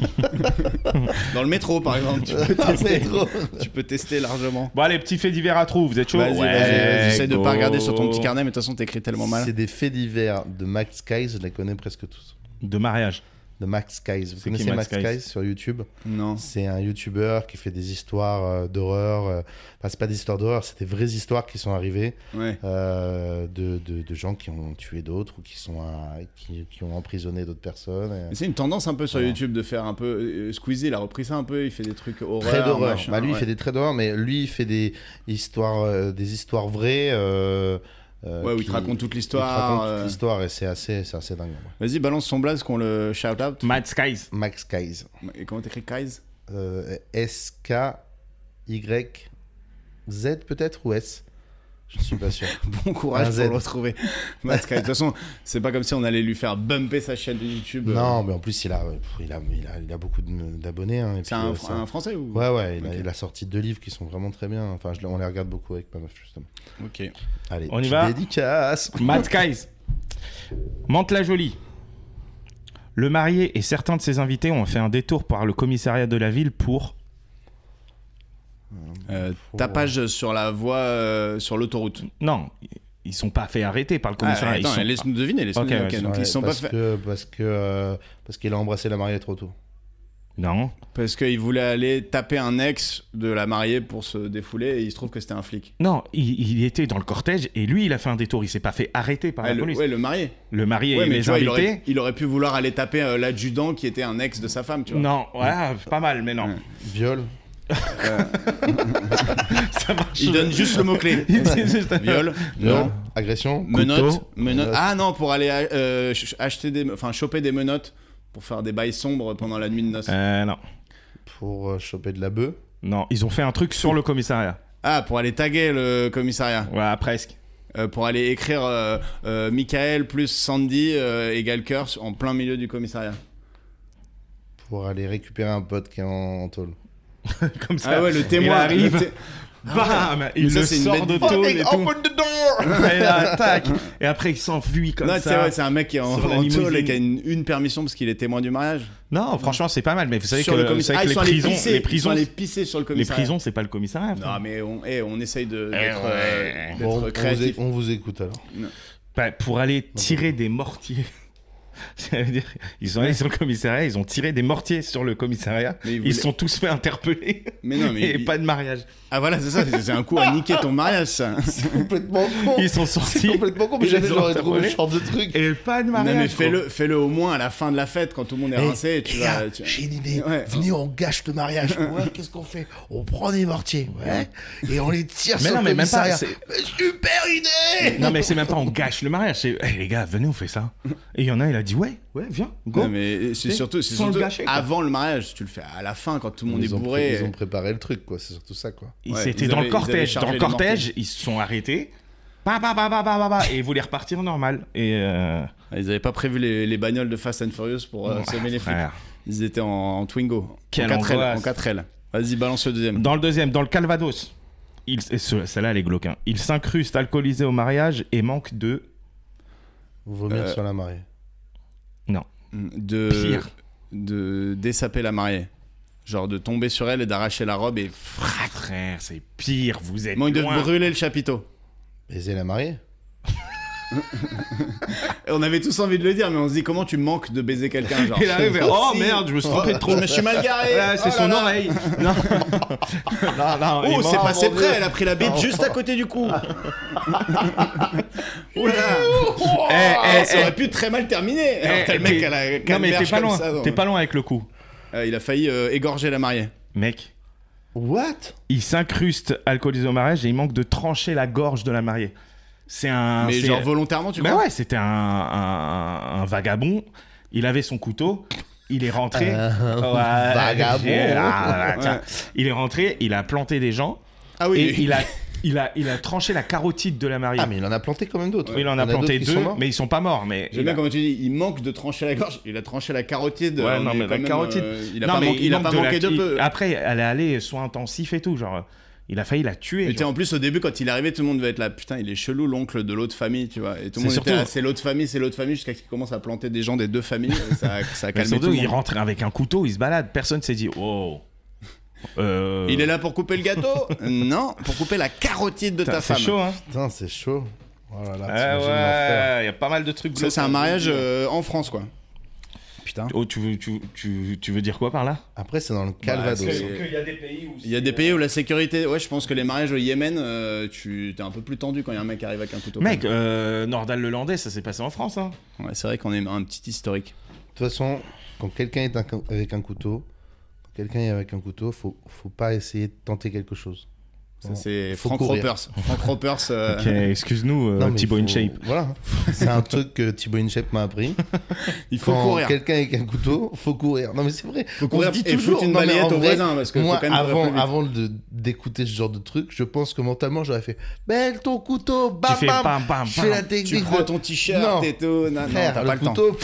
Dans le métro, par exemple, tu peux tester largement. Bon, allez, petits faits divers à trous, vous êtes chaud? Vas-y. J'essaie de pas regarder sur ton petit carnet, mais de toute façon, t'écris tellement mal. C'est des faits divers de Max Skies, je les connais presque tous. De mariage. De Max Skies. Vous connaissez Max Skies sur YouTube? Non. C'est un YouTuber qui fait des histoires d'horreur. Enfin, c'est pas des histoires d'horreur, c'est des vraies histoires qui sont arrivées de gens qui ont tué d'autres ou qui ont emprisonné d'autres personnes. C'est une tendance un peu sur YouTube de faire un peu... Squeezie, il a repris ça un peu, il fait des trucs horreur. Très d'horreur. Il fait des traits d'horreur, mais lui, il fait des histoires vraies... où il te raconte toute l'histoire. Il te raconte toute l'histoire et c'est assez dingue. Ouais. Vas-y, balance son blaze qu'on le shout out. Max Skies. Max Skies. Et comment t'écris Skies? S-K-Y-Z peut-être ou S? Je suis pas sûr. Bon courage pour le retrouver. Max Skies. De toute façon, c'est pas comme si on allait lui faire bumper sa chaîne de YouTube. Non, mais en plus, il a beaucoup d'abonnés. Hein, c'est un Français ou... Ouais, il a sorti 2 livres qui sont vraiment très bien. Enfin, on les regarde beaucoup avec ma meuf, justement. Ok. Allez, on y va. Dédicace. Max Skies. Mantes-la-Jolie. Le marié et certains de ses invités ont fait un détour par le commissariat de la ville pour... tapage sur la voie, sur l'autoroute. Non, ils sont pas fait arrêter par le commissariat. Attends, laisse-nous deviner. Donc ils sont pas fait... parce qu'il a embrassé la mariée trop tôt. Non. Parce qu'il voulait aller taper un ex de la mariée pour se défouler et il se trouve que c'était un flic. Non, il était dans le cortège et lui, il a fait un détour. Il s'est pas fait arrêter par la police. Le marié. Le marié et les invités. Il aurait pu vouloir aller taper l'adjudant qui était un ex de sa femme, tu vois. Non, pas mal, mais non. Ouais. Viol. Ça marche. Il donne juste le mot-clé. Viol. Non. Agression. Menottes. Ah non, pour aller choper des menottes pour faire des bails sombres pendant la nuit de noces. Non. Pour choper de la bœuf. Non, ils ont fait un truc sur le commissariat. Ah, pour aller taguer le commissariat. Ouais, presque. Pour aller écrire Michael plus Sandy égale cœur en plein milieu du commissariat. Pour aller récupérer un pote qui est en tôle. Comme ça. Ah ouais, le témoin il arrive. Bam, il le sort de tôle et tout. Open the door. Et là, tac. Et après, il s'enfuit comme ça. C'est un mec qui est en tôle et qui a une permission parce qu'il est témoin du mariage. Non, franchement, c'est pas mal. Mais vous savez sur que, les prisons, les pisser sur le commissariat. Les prisons, c'est pas le commissariat. Non, mais on essaye d'être créatif. On vous écoute alors. Bah, pour aller tirer des mortiers Ça veut dire, ils sont allés sur le commissariat, ils ont tiré des mortiers sur le commissariat, Mais ils se sont tous fait interpeller. Mais non, mais Et pas de mariage. Ah voilà, c'est ça, c'est un coup à niquer ton mariage, ça. C'est complètement con. Ils sont C'est sortis. complètement con, mais ils jamais les ont j'aurais trouvé interpellés. ce genre de truc. Et pas de Non, mariage. mais quoi. fais-le au moins à la fin de la fête, quand tout le monde est rincé, et tu les vas... gars, j'ai une idée. Ouais. Venez, on gâche le mariage. Ouais, qu'est-ce qu'on fait? On prend des mortiers, ouais, et on les tire Mais sur non, le mais même pas, commissariat. c'est- Mais super idée! Non, mais c'est même pas on gâche le mariage. C'est, hey, les gars, venez, on fait ça. Et il y en a, il a dit, ouais, viens, go. Non, mais c'est surtout sans le gâcher, quoi. avant le mariage, tu le fais à la fin, quand tout le monde est Ils ont bourré. ils ont préparé le truc, quoi. C'est surtout ça, quoi. Ils Ouais, étaient ils dans avaient- le ils avaient cortège. chargé Dans le les cortège, ils se sont arrêtés. Et ils voulaient repartir normal. Et Ils avaient pas prévu les bagnoles de Fast and Furious pour semer les flics. frère. Ils étaient en Twingo. Quelle en 4L. angoisse. En 4L. Vas-y, balance le deuxième. Dans le deuxième, dans le Calvados, celle-là, elle est glauque. Hein. Ils s'incrustent alcoolisés au mariage et manquent de. Vomir sur la mariée. Non. Pire. De dessaper la mariée. Genre de tomber sur elle et d'arracher la robe et... Frère, c'est pire, vous êtes. Manque de loin. brûler le chapiteau. Baiser la mariée? Et on avait tous envie de le dire, mais on se dit comment tu manques de baiser quelqu'un, genre. Il arrive, oh Si. merde, je me suis trompé de trop. Je me suis mal garé. Ouais, c'est Oh son là là. oreille. Non, non, il Oh, c'est manque- passé mon près, Dieu. elle a pris la bite juste à côté du cou. Oh là là. Ça aurait pu très mal terminer. Alors, t'as le mec t'es- à la Non, mais t'es canneberge pas comme loin. ça, donc. T'es pas loin avec le coup. Il a failli égorger la mariée. Mec, What? il s'incruste alcoolisé au mariage et il manque de trancher la gorge de la mariée. C'est un. Mais c'est- genre volontairement, tu Bah crois? ouais, c'était un vagabond. Il avait son couteau. Il est rentré. vagabond. Tiens. Il est rentré. Il a planté des gens. Ah oui. Et il a tranché la carotide de la mariée. Ah, mais il en a planté quand même d'autres. Il en a planté d'autres qui 2, sont morts. mais ils sont pas morts. Mais J'aime bien comment tu dis, il manque de trancher la gorge. Il a tranché la carotide. Ouais, on non, est mais quand la même, carotide. Il a Non, pas mais manqué, il a pas manque manqué de il- peu. Après, elle est allée soins intensifs et tout. Genre, il a failli la tuer. Mais tu sais, genre. en plus, au début, quand il est arrivé, tout le monde devait être là. Putain, il est chelou, l'oncle de l'autre famille, tu vois. Et tout le monde C'est était surtout- là, c'est l'autre famille, jusqu'à qu'il commence à planter des gens des deux familles. Et ça a Mais calmé surtout, tout le il monde. rentre avec un couteau, il se balade. Personne s'est dit, oh. Il est là pour couper le gâteau? Non, pour couper la carotide de ta C'est femme. chaud, hein. Putain, c'est chaud. Oh là là, Ah t'imagines l'enfer. ouais, il y a pas mal de trucs. Ça, c'est un mariage en France, quoi. Putain. Oh, tu veux dire quoi par là? Après, c'est dans le Calvados. c'est- qu'il y a des pays où. Il y a des pays où la sécurité. Ouais, je pense que les mariages au Yémen, tu t'es un peu plus tendu quand il y a un mec qui arrive avec un couteau. Mec, Nordal le Landais, ça s'est passé en France, hein. Ouais, c'est vrai qu'on est un petit historique. De toute façon, quand quelqu'un est avec un couteau, faut pas essayer de tenter quelque chose. Ça, Bon, c'est faut Frank courir. Roppers. Frank Roppers. Ok, excuse-nous, Non, mais Thibaut il faut- InShape. Voilà. C'est un truc que Thibaut InShape m'a appris. Il faut Quand courir. quelqu'un est avec un couteau, faut courir. Non mais c'est vrai. Faut courir On se dit et toujours. foutre une non, mais balayette en au vrai, voisin parce que moi, faut quand même courir plus vite. avant d'écouter ce genre de truc, je pense que mentalement j'aurais fait belle ton couteau, bam Tu fais bam. bam, bam, Je fais la bam. Tu technique. prends de- ton Non. t-shirt et tout. Non, Frère, t'as le pas le temps. couteau.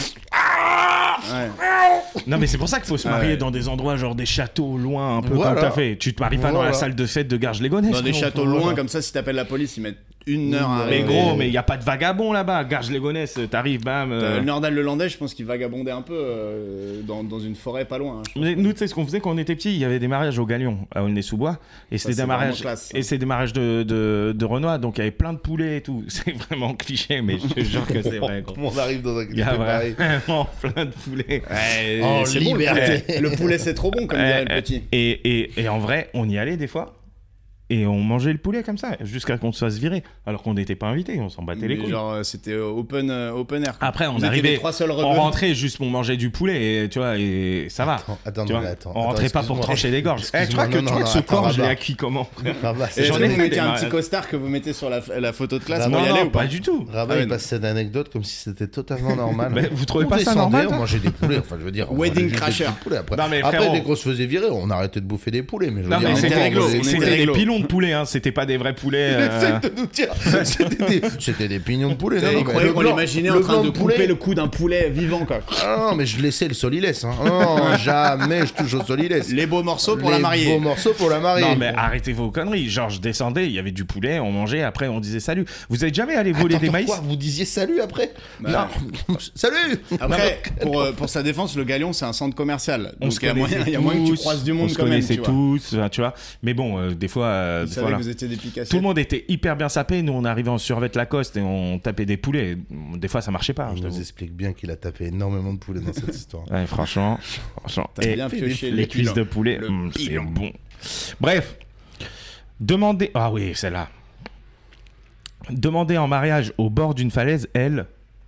Ouais. Non, mais c'est pour ça qu'il faut se marier dans des endroits, genre des châteaux loin, un peu Voilà. comme t'as fait. Tu te maries pas dans la Voilà. salle de fête de Garges-les-Gonesse. Dans des frérot. châteaux loin comme ça, si t'appelles la police, ils mettent une heure à Mais arriver. gros, mais il y a pas de vagabond là-bas. Garges-les-Gonesse, t'arrives, bam. Le Nordal le Landais, je pense qu'il vagabondait un peu dans une forêt pas loin. Hein, je pense. Mais nous, tu sais ce qu'on faisait quand on était petits, il y avait des mariages au Galion, à Aulnay-sous-Bois, et c'était c'est des mariages, vraiment classe, ça. et c'est des mariages de Renoir, donc il y avait plein de poulets et tout. C'est vraiment cliché, mais je te jure que c'est vrai. Gros. Comment on arrive dans un Il y a cliché pareil. vraiment plein de poulets. Ouais, En c'est bon, liberté. le poulet c'est trop bon comme dirait le petit. Et en vrai, on y allait des fois. Et on mangeait le poulet comme ça, jusqu'à qu'on se fasse virer. Alors qu'on n'était pas invités, on s'en battait les Mais couilles. genre c'était open air. Quoi. Après, on Vous étiez arrivait, les trois seuls on rebeux. rentrait juste pour manger du poulet, et, tu vois, et ça va. Attends, Tu vois, attends. on rentrait pas pour excuse-moi. trancher des gorges. Excuse-moi, Tu crois que, non, tu crois non, que ce attends, corps, je l'ai Rabat. acquis comment? Rabat, Et J'en j'en ai ai fait vous mettez des un mariages. petit costard que vous mettez sur la photo de classe Rabat, pour y aller Non, ou pas pas du tout. Rabat, Ah ouais, il passe cette anecdote comme si c'était totalement normal. Mais vous trouvez On pas ça descendait, normal, on toi mangeait des poulets, enfin je veux dire. on Wedding mangeait juste des crasher. petits poulets. Après, Non, mais après, frérot. dès qu'on se faisait virer, on arrêtait de bouffer des poulets. Mais je veux Non, dire, mais à un c'était moment, réglo, on on faisait- était c'était des réglo. pilons de poulet, hein. C'était pas des vrais poulets. Essaye de nous dire. C'était des pignons de poulet. Non, Il non, mais croyait le qu'on blanc- l'imaginait le en train blanc de poulet- couper le cou d'un poulet vivant quoi. Ah non, mais je laissais le solilès. Hein. Non, jamais je touche au solilès. Les beaux morceaux pour la Les mariée. beaux morceaux pour la mariée. Non, mais arrêtez vos conneries. Genre, je descendais, il y avait du poulet, on mangeait, après on disait salut. Vous êtes jamais allé voler Attends, des maïs? quoi, vous disiez salut après Bah, Non. Salut. Après, pour sa défense, le Galion c'est un centre commercial. On Donc se il y a moyen que tu tous, croises du monde on se quand même. connaissait Tu vois. tous, enfin, tu vois. Mais bon, des fois, Ils savaient voilà. que vous étiez des picassiers. Tout le monde était hyper bien sapé. Nous, on arrivait en survêt Lacoste et on tapait des poulets. Des fois, ça marchait pas. Il je nous t'avoue. explique bien qu'il a tapé énormément de poulets dans cette histoire. Ouais, franchement. T'as Et bien pioché les cuisses de poulet, Le c'est pilon. bon. Bref, demander. Ah oui, celle-là. Demander en mariage au bord d'une falaise, elle.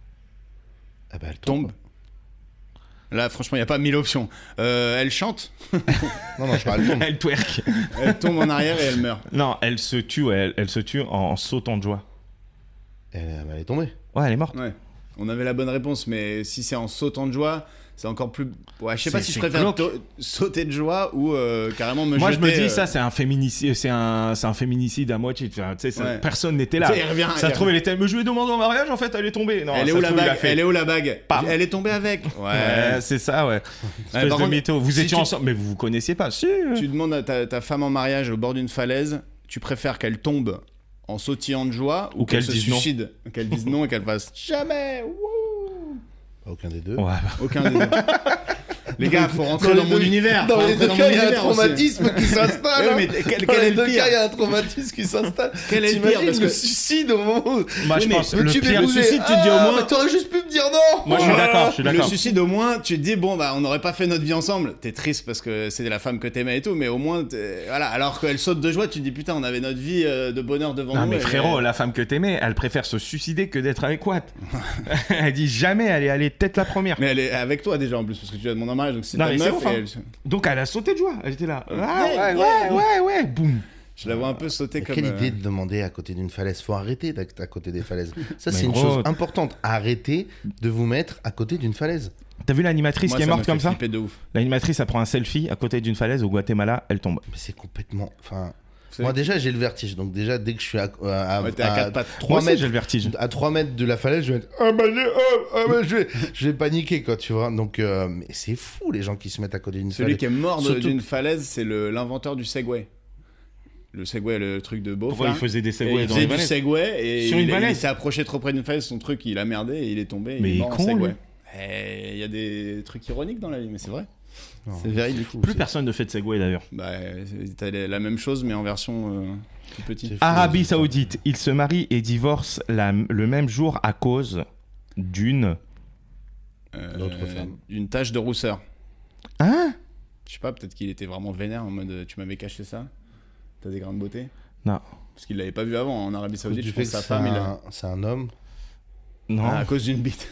Ah bah, elle Tombe. Là, franchement, il n'y a pas 1000 options. Elle chante, Non, je parle, elle tombe. Elle twerk. elle tombe en arrière et elle meurt. Non, elle se tue, ouais, elle se tue en sautant de joie. Elle est tombée. Ouais, elle est morte. Ouais. On avait la bonne réponse, mais si c'est en sautant de joie, c'est encore plus. Ouais, je sais pas C'est- si je c'est préfère glauque. sauter de joie ou carrément me Moi, jeter. je me dis, ça, c'est un féminicide, c'est un féminicide à moitié. Enfin, tu sais, Ouais. personne n'était là. Tu sais, il revient, Ça il se trouve, elle était. Mais je lui ai demandé en mariage, en fait, elle est tombée. Non, Elle est ça où se la trouve, il a bague fait. Elle est où la bague Pam. Elle est tombée avec. Ouais, Ouais. c'est ça, ouais. Espèce par de contre, mytho. Vous si étiez tu- ensemble, mais vous vous connaissiez pas. Si. Tu demandes à ta femme en mariage au bord d'une falaise, tu préfères qu'elle tombe en sautillant de joie ou qu'elle se dise non. suicide, qu'elle dise non et qu'elle fasse jamais. Wouh. Aucun des deux. Ouais. Aucun des deux. Les gars, faut rentrer dans mon univers. Dans faut les rentrer deux dans cas, mon il y a un univers aussi. traumatisme qui s'installe. Ouais, mais hein. quel Dans est les le deux pire cas, il y a un traumatisme qui s'installe. Quel est le pire T'imagines Parce le que suicide au moment où... Moi, je mais pense Mais le tu pire. le suicide, tu te dis au moins- mais t'aurais juste pu me dire non. Moi, je suis d'accord. Je suis le d'accord. suicide, au moins, tu te dis, bon, bah, on n'aurait pas fait notre vie ensemble. T'es triste parce que c'était la femme que t'aimais et tout, mais au moins, voilà. Alors qu'elle saute de joie, tu te dis, putain, on avait notre vie de bonheur devant Non nous. mais et- frérot, la femme que t'aimais, elle préfère se suicider que d'être avec Watt. Elle dit jamais elle est peut-être la première. Mais elle est avec toi déjà en plus, parce que tu as demandé en mariage, donc c'est Non, ta mais c'est meuf. ouf, et hein. elle- Donc elle a sauté de joie, elle était là. Ah, Ouais, ouais, boum. Je la vois un peu sauter Mais comme. quelle idée de demander à côté d'une falaise. Faut arrêter d'être à côté des falaises. Ça, Mais c'est une gros- chose importante. Arrêtez de vous mettre à côté d'une falaise. T'as vu l'animatrice Moi, qui est ça me morte fait comme ça flipper de ouf. L'animatrice, elle prend un selfie à côté d'une falaise au Guatemala, elle tombe. Mais c'est complètement... Enfin... C'est- Moi, déjà, j'ai le vertige. Donc déjà, dès que je suis à Ouais, t'es à quatre pattes. 3 Moi aussi, mètres... j'ai le vertige. À 3 mètres de la falaise, je vais être... je vais paniquer, quoi, tu vois. Donc, mais c'est fou, les gens qui se mettent à côté d'une Celui falaise. qui est mort Surtout- d'une falaise, c'est l'inventeur du Segway. Le Segway, le truc de beauf. Pourquoi là. il faisait des Et segways il dans faisait les du falaises Segway et Sur une il falaise s'est approché trop près d'une falaise, son truc il a merdé et il est tombé. Mais il est il est mort en con, Segway. lui. Et il y a des trucs ironiques dans la vie, mais c'est vrai. Non, C'est véridique. Plus personne ne fait de segway d'ailleurs. Bah, t'as la même chose, mais en version plus petite. C'est fou. Arabie Saoudite, ils se marient et divorcent le même jour à cause d'une... L'autre femme. Une tache de rousseur. Hein? Je sais pas, peut-être qu'il était vraiment vénère en mode tu m'avais caché ça. T'as des grains de beauté. Non. Parce qu'il l'avait pas vu avant en Arabie À cause Saoudite. du Je fait pense que sa femme, il a. c'est un homme. Non. Ah, à cause d'une bite.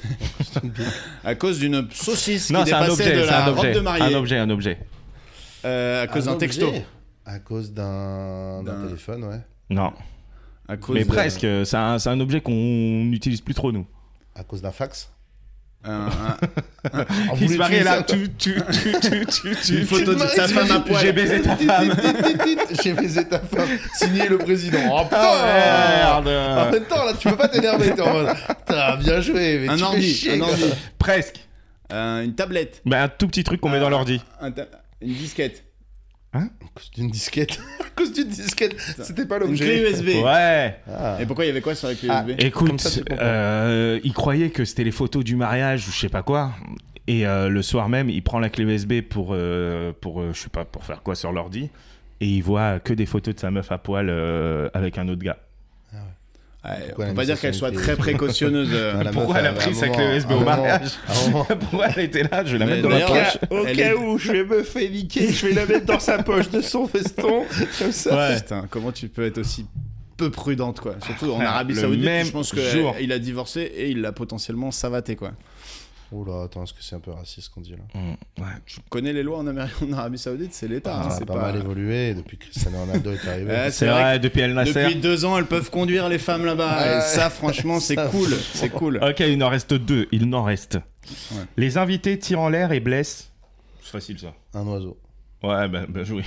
À cause d'une saucisse Non, qui c'est un dépassait objet, de c'est la un robe objet. de mariée. Un objet. À cause d'un Un texto. objet. À cause d'un D'un- téléphone, ouais. Non. À cause Mais de- presque, c'est un objet qu'on n'utilise plus trop, nous. À cause d'un fax. un- Oh, Il vous se marie là, l'utilisez Une photo de sa femme à poil. J'ai baisé ta femme. J'ai baisé ta femme. Signé le président. Oh putain. Ah, En merde. même temps, là, tu peux pas t'énerver. T'es en mode. T'as bien joué. Mais Un tu fais ordi. chier, Un quoi. ordi. Presque. Une tablette. Mais un tout petit truc qu'on met dans l'ordi. Une disquette. À cause d'une disquette. À cause d'une disquette. C'était pas Une l'objet. clé USB. Ouais. Ah. Et pourquoi il y avait quoi sur la clé Ah. USB Comme Écoute, ça, tu comprends. il croyait que c'était les photos du mariage ou je sais pas quoi. Et le soir même, il prend la clé USB pour je sais pas, pour faire quoi sur l'ordi. Et il voit que des photos de sa meuf à poil avec un autre gars. Ouais, Pourquoi on elle peut a pas mis dire ça qu'elle sur soit une clé très USB? précautionneuse. Ah, la Pourquoi meuf, elle a à pris un sa moment- clé USB à un au moment- mariage à un moment- Pourquoi elle était là? Je vais la Mais mettre dans ma d'ailleurs, poche. Au Elle cas est- où je vais me faire niquer, je vais la mettre dans sa poche de son veston. Comme ça. Ouais. Putain, comment tu peux être aussi peu prudente, quoi. Surtout en Frère, Arabie le Saoudite, même je pense jour. qu'il a divorcé et il l'a potentiellement savaté, quoi. Oh là, attends, est-ce que c'est un peu raciste ce qu'on dit là? Ouais. Tu connais les lois en Arabie Saoudite, c'est l'État. hein, Ça a c'est pas mal évolué depuis que Cristiano Ronaldo est arrivé. Ouais, C'est vrai, depuis El Nasser. Depuis 2 ans, elles peuvent conduire les femmes là-bas. Ouais. Et ça, franchement, c'est Ça, cool. C'est cool. Ok, il en reste 2. Il n'en reste. Ouais. Les invités tirent en l'air et blessent. C'est facile ça. Un oiseau. Ouais, bah joué.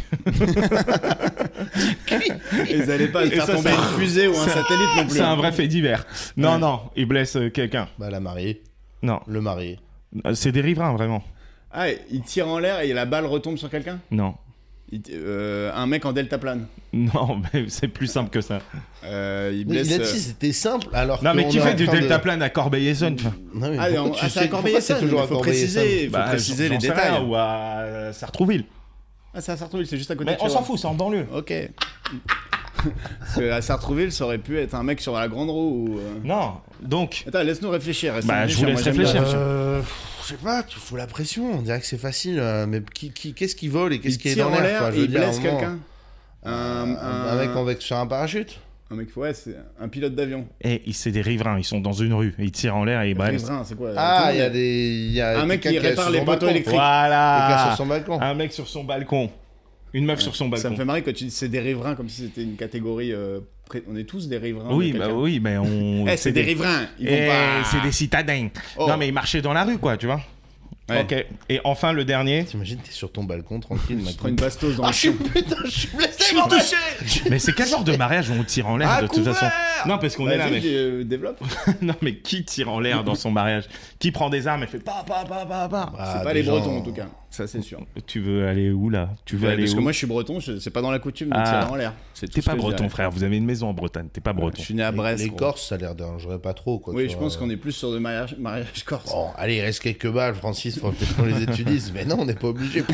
Ils allaient pas Et faire ça, tomber c'est- une fusée ou un satellite non plus. C'est un vrai fait divers. Non, Ouais. non, il blesse quelqu'un. Bah, la mariée. Non, Le marié. c'est des riverains, vraiment. Ah, il tire en l'air et la balle retombe sur quelqu'un Non. Un mec en deltaplane. Non, mais c'est plus simple que ça. Il Mais blesse. il a dit c'était simple alors Non, mais qu'on qui est fait en du train de- deltaplane à Corbeil-Essonnes Non, mais Ah, pourquoi on- tu c'est sais- à pourquoi Corbeil-Essonnes, c'est toujours mais à faut Corbeil-Essonnes préciser. Bah, préciser les j'en sais détails. rien, ou à Sartrouville. Ah, c'est à Sartrouville, c'est juste à côté Mais de on chez s'en moi. fout, c'est en banlieue. Ok. Parce que à Sartrouville, ça aurait pu être un mec sur la grande roue ou. Non, donc. Attends, laisse-nous réfléchir. Bah, je vous laisse Moi, j'aime bien réfléchir. Je sais pas, tu fous la pression. On dirait que c'est facile. Mais qu'est-ce qui vole et qu'est-ce Il qui est tire dans en l'air l'air quoi, et je veux il dire, à un blesse moment. quelqu'un. Un mec avec sur un parachute. Un mec, ouais, c'est un pilote d'avion. Et c'est des riverains, ils sont dans une rue, ils tirent en l'air et ils bref. Riverain, c'est quoi Ah, tout il le y a monde des. Il y a Un mec quelqu'un qui répare est sur les son poteaux balcon. électriques. Quelqu'un sur Voilà. son balcon. Un mec sur son balcon. Une meuf sur son Ça me balcon. fait marrer quand tu dis c'est des riverains, comme si c'était une catégorie. On est tous des riverains. Oui, de bah quelqu'un. oui, mais on. Eh, c'est des riverains. Ils vont Eh, pas. c'est des citadins. Oh. Non, mais ils marchaient dans la rue, quoi, tu vois. Ouais. Ok. Et enfin, le dernier. T'imagines, t'es sur ton balcon tranquille. Je mec. prends une bastos dans Ah, le je suis champ. putain, je suis blessé, bordel. Mais c'est quel genre de mariage où on tire en l'air À de toute façon? Non, parce qu'on est là, Vas-y, mais. développe. Non, mais qui tire en l'air dans son mariage? Qui prend des armes et fait pa. Ah, C'est pas des les gens- Bretons en tout cas. Ça, c'est sûr. Tu veux aller où là? Tu veux Ouais, aller parce où? que moi, je suis breton. C'est pas dans la coutume de Ah. tirer en l'air. C'est tout T'es ce pas que je breton, dirais. frère. Vous avez une maison en Bretagne. T'es pas breton. Je suis né à Brest. Les gros. Corses, ça a l'air dérangerait pas trop. Quoi, Oui, tu je vois. pense qu'on est plus sur de mariage corse. Bon, allez, il reste quelques balles, Francis, faut peut-être qu'on les étudie. Mais non, on n'est pas obligé.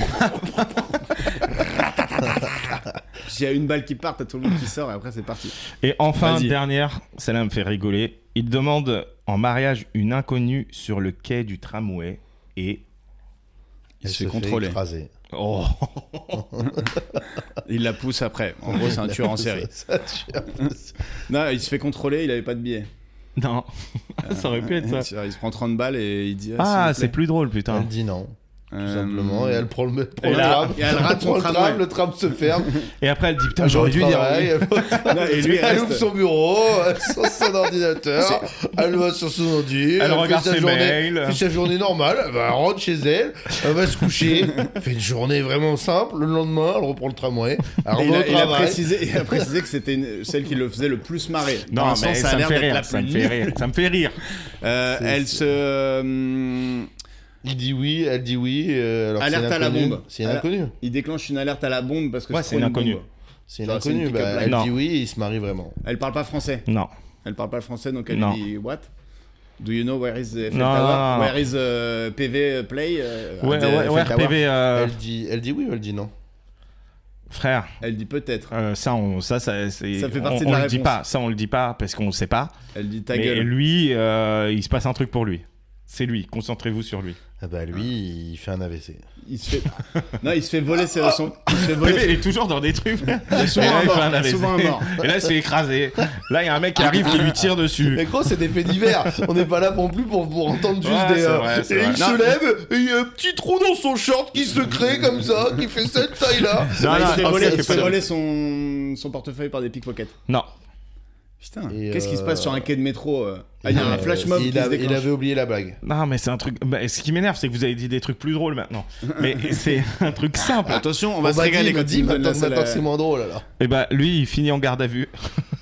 S'il y a une balle qui part, t'as tout le monde qui sort et après, c'est parti. Et enfin, Vas-y. dernière, celle-là me fait rigoler. Il demande en mariage une inconnue sur le quai du tramway et. Il se fait contrôler. écraser. Oh. Il la pousse après. En gros, c'est un tueur en série. Non, il se fait contrôler, il avait pas de billet. Non, ça aurait pu être ça. Il se prend 30 balles et il dit Ah, s'il c'est vous plus drôle, Elle putain. dit non, tout plaît. simplement, et elle prend le Et là- tram. et elle rate son prend le tramway. le tram se ferme. Et après, elle dit putain, j'aurais dû dire. Travail, oui. Non, et lui, il elle ouvre reste. son bureau, sur son ordinateur, elle va sur son ordi, Elle regarde fait sa ses journée, mails. fait sa journée normale, elle va rentre chez elle, elle va se coucher, fait une journée vraiment simple, le lendemain, elle reprend le tramway, elle Et revient au il a travail. précisé que c'était celle qui le faisait le plus marrer. Dans Non, un mais sens, ça a me l'air fait d'être rire, la ça me plus fait nulle. rire, ça me fait rire. Elle se. Il dit oui, elle dit oui, alors Alerte c'est à la l'inconnu. bombe. C'est une inconnue. Il déclonche une alerte à la bombe parce que Ouais, c'est une inconnue. bombe. C'est une Genre, c'est une inconnue, pick-up bah, line. elle Non. dit oui et il se marie vraiment. Elle parle pas français. Non. Elle parle pas français, donc elle Non. dit what? Do you know where is the Eiffel Non, Tower? non, non. Where is PV play? Ouais, the ouais, Eiffel ouais, Tower? RPV, Elle dit oui ou elle dit non? frère. Elle dit peut-être. Ça Ça fait partie on, de la on le dit réponse. pas. Ça, on le dit pas parce qu'on sait pas. Elle dit ta Mais gueule. lui, il se passe un truc pour lui. C'est lui. Concentrez-vous sur lui. Ah bah lui, il fait un AVC. Il se fait. Non, il se fait voler son. Il se fait Mais voler. il est toujours dans des trucs. Il est souvent Et là, un il fait mort. un Il est AVC. souvent un mort. Et là, il se fait écraser. Là, il y a un mec qui arrive qui lui tire dessus. Mais gros, c'est des faits divers. On n'est pas là non plus pour entendre juste Ouais, des. c'est vrai, c'est et vrai. il Non. se lève, et il y a un petit trou dans son short qui se crée comme ça, qui fait cette taille-là. Non, il non, se fait non, voler, ça, il c'est se fait pas- voler son portefeuille par des pickpockets. Non. Putain, Et, qu'est-ce qui se passe sur un quai de métro Ah, il y a un flash mob qui se il déclenche. avait oublié la blague. Non, mais c'est un truc. Bah, ce qui m'énerve, c'est que vous avez dit des trucs plus drôles maintenant. Mais c'est un truc simple. Attention, on va se Bon, bah, régaler dis, quand dis, il me donne maintenant, la maintenant c'est moins drôle alors. Et bah, lui, il finit en garde à vue.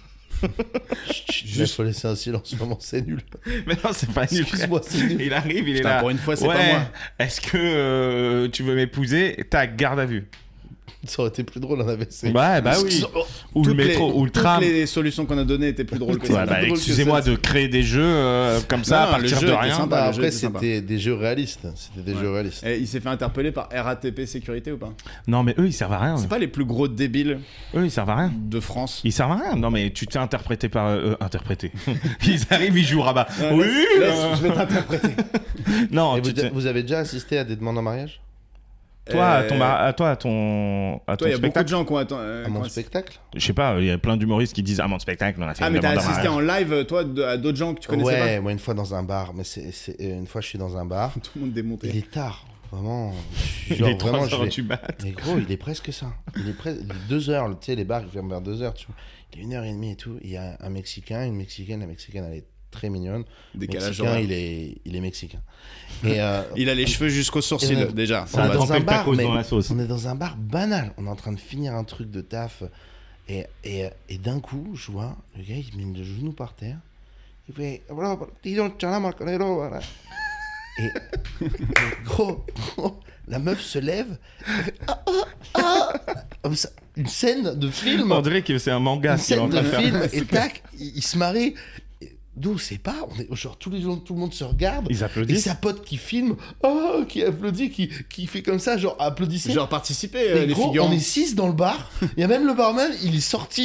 Il faut laisser un silence, vraiment c'est nul. Mais non, c'est pas nul. Excuse-moi, c'est nul. Il arrive, il est Putain, là. pour une fois, c'est ouais, pas moi. Est-ce que tu veux m'épouser? Tac, garde à vue. Ça aurait été plus drôle un AVC. Ouais, bah oui. Ou le métro, ou le tram. Toutes les solutions qu'on a données étaient plus drôles que Ouais, ça. bah, drôle que excusez-moi ça. de créer des jeux comme ça Non, à le partir jeu de était rien. sympa. Bah, le jeu après, était sympa. c'était des jeux réalistes. C'était des jeux réalistes. Et il s'est fait interpeller par RATP Sécurité ou pas? Non, mais eux, ils servent à rien. C'est pas les plus gros débiles Eux, ils servent à rien. de France. Ils servent à rien. Non, mais tu t'es interprété par interprété. Ils arrivent, ils jouent rabat. Ouais, Oui. je vais t'interpréter. Non, Et tu t'es- vous avez déjà assisté à des demandes en mariage? toi, à Euh, ton toi, à ton Toi, il y a beaucoup de spectacle. gens qui ont À qui mon ont- spectacle? Je sais pas, il y a plein d'humoristes qui disent à mon spectacle, on a fait Ah, une mais t'as demande en assisté mariage. en live, toi, à d'autres gens que tu connaissais Ouais, moi une fois dans un bar. Mais une fois je suis dans un bar. pas? Tout le monde démonté. Il est tard. Vraiment. Il est 3 heures du mat. Mais gros, il est presque ça. Il est 2 heures. Tu sais, les bars, ils ferment vers 2 heures. Tu vois. Il est 1h30 et tout. Il y a un Mexicain, une Mexicaine. La Mexicaine, elle est très mignonne. Le Décalage Mexicain, horaire. il est Mexicain. Et, Il a les cheveux jusqu'aux sourcils, Et déjà. on est va dans tremper un le bar, tacos mais dans la sauce. on est dans un bar banal. On est en train de finir un truc de taf. Et d'un coup, je vois le gars, il met le genou par terre. Il fait voilà, partido, chala, marcanero, voilà. Et gros, la meuf se lève. Elle fait, comme ça, une scène de film. On dirait que c'est un manga Une qu'il est en scène train de de faire. film. Et tac, il se marie. Nous, on sait pas. On est, genre, tout le monde se regarde. Ils Et applaudissent. sa pote qui filme, qui applaudit, qui fait comme ça, genre applaudissez. Genre participer, Mais les gros, figurants. on est 6 dans le bar. Il y a même le barman, il est sorti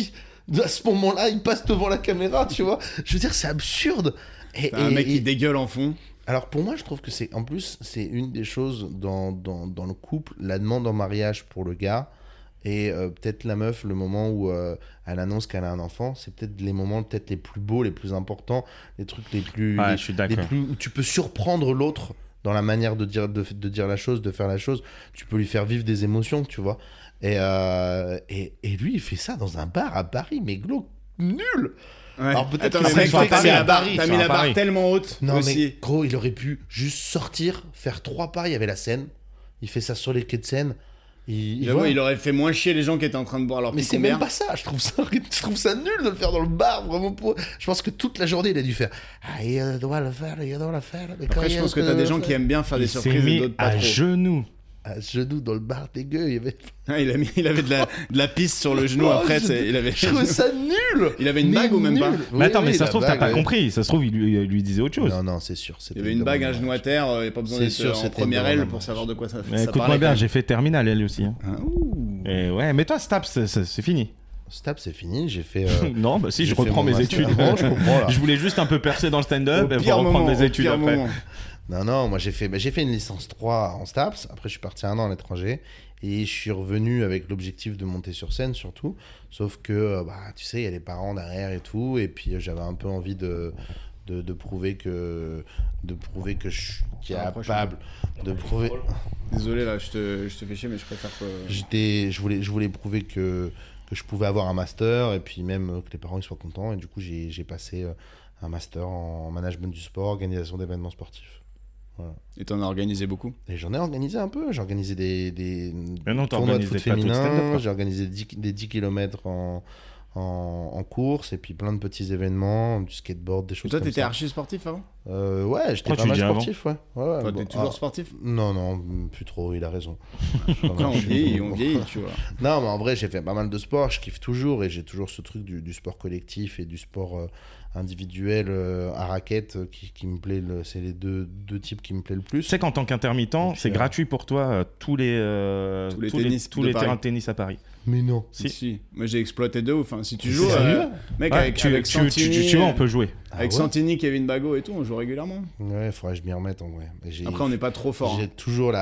À ce moment-là, il passe devant la caméra, tu vois. Je veux dire, c'est absurde. T'as un mec qui dégueule en fond. Alors pour moi, je trouve que en plus, c'est une des choses dans le couple, la demande en mariage pour le gars, et peut-être la meuf, le moment où elle annonce qu'elle a un enfant, c'est peut-être les moments peut-être les plus beaux, les plus importants, les trucs les plus... Ouais, je suis d'accord. où tu peux surprendre l'autre dans la manière de dire la chose, de faire la chose. Tu peux lui faire vivre des émotions, tu vois. Et lui, il fait ça dans un bar à Paris, mais glauque, nul. Ouais. Alors peut-être Attends, que mais c'est mec, fait que c'est à Paris. T'as mis la barre tellement haute Non aussi. mais gros, il aurait pu juste sortir, faire 3 pas, il y avait la Seine. Il fait ça sur les quais de Seine. J'avoue, voilà. il aurait fait moins chier les gens qui étaient en train de boire leur Mais petit c'est combien. même pas ça, je trouve ça nul de le faire dans le bar, vraiment pour... Je pense que toute la journée, il a dû faire « Ah, il doit le faire, il doit le faire. » Après, je pense que t'as des gens qui aiment bien faire des Il s'est surprises et mis d'autres pas à trop. genoux. À genoux dans le bar dégueu, il y avait... Ah, il avait de la pisse sur le genou Oh, après. je trouvais ça nul. Il avait une bague ou même pas? Mais attends, mais ça la se trouve, t'as bague, pas ouais. compris. Ça se trouve, il lui disait autre chose. Non, c'est sûr. Il y avait une bague, un genou à terre, il n'y a pas besoin C'est d'être sûr, en c'était première une aile demande pour en savoir de quoi ça Mais ça écoute-moi parlait. bien, j'ai fait terminale, elle aussi. Hein. Ah, ouh. Et ouais, mais toi, Staps, c'est fini. Stop, c'est fini, j'ai fait... Non, bah si, j'ai je fait reprends mon mes master. études. Bon, je comprends, là. Je voulais juste un peu percer dans le stand-up Au et pire pour reprendre moment, mes au études pire après. moment. Non, moi j'ai fait une licence 3 en STAPS, après je suis parti 1 an à l'étranger, et je suis revenu avec l'objectif de monter sur scène surtout, sauf que, tu sais, il y a les parents derrière et tout, et puis j'avais un peu envie de prouver que je suis capable, de prouver... Désolé là, je te fais chier, mais je préfère que. Je voulais prouver que je pouvais avoir un master, et puis même que les parents ils soient contents, et du coup j'ai passé un master en management du sport, organisation d'événements sportifs. Voilà. Et t'en as organisé beaucoup. Et j'en ai organisé un peu, j'ai organisé des Mais non, tournois de t'organises foot des plateaux de stand-up, féminin, quoi. j'ai organisé des 10 km en course, et puis plein de petits événements, du skateboard, des Et choses toi, comme t'étais ça. archi sportif avant? Ouais, j'étais Pourquoi pas tu mal dis avant sportif, ouais. Toi, bon, t'es toujours sportif? Non, plus trop, il a raison. Quand on vieillit, tu vois. Non, mais en vrai, j'ai fait pas mal de sport, je kiffe toujours, et j'ai toujours ce truc du sport collectif et du sport individuel à raquette qui me plaît, c'est les deux types qui me plaît le Tu plus. sais qu'en tant qu'intermittent, c'est gratuit pour toi tous les terrains de tennis à Paris. Mais non. Si. Moi, j'ai exploité de ouf. Enfin, si tu joues, Sérieux mec, Ouais, avec tu Santini, vois, on peut jouer. avec ouais Santini, Kevin Bago et tout, on joue régulièrement. Ouais, faudrait que je m'y remette en vrai. Après, on n'est pas trop fort. J'ai Hein. toujours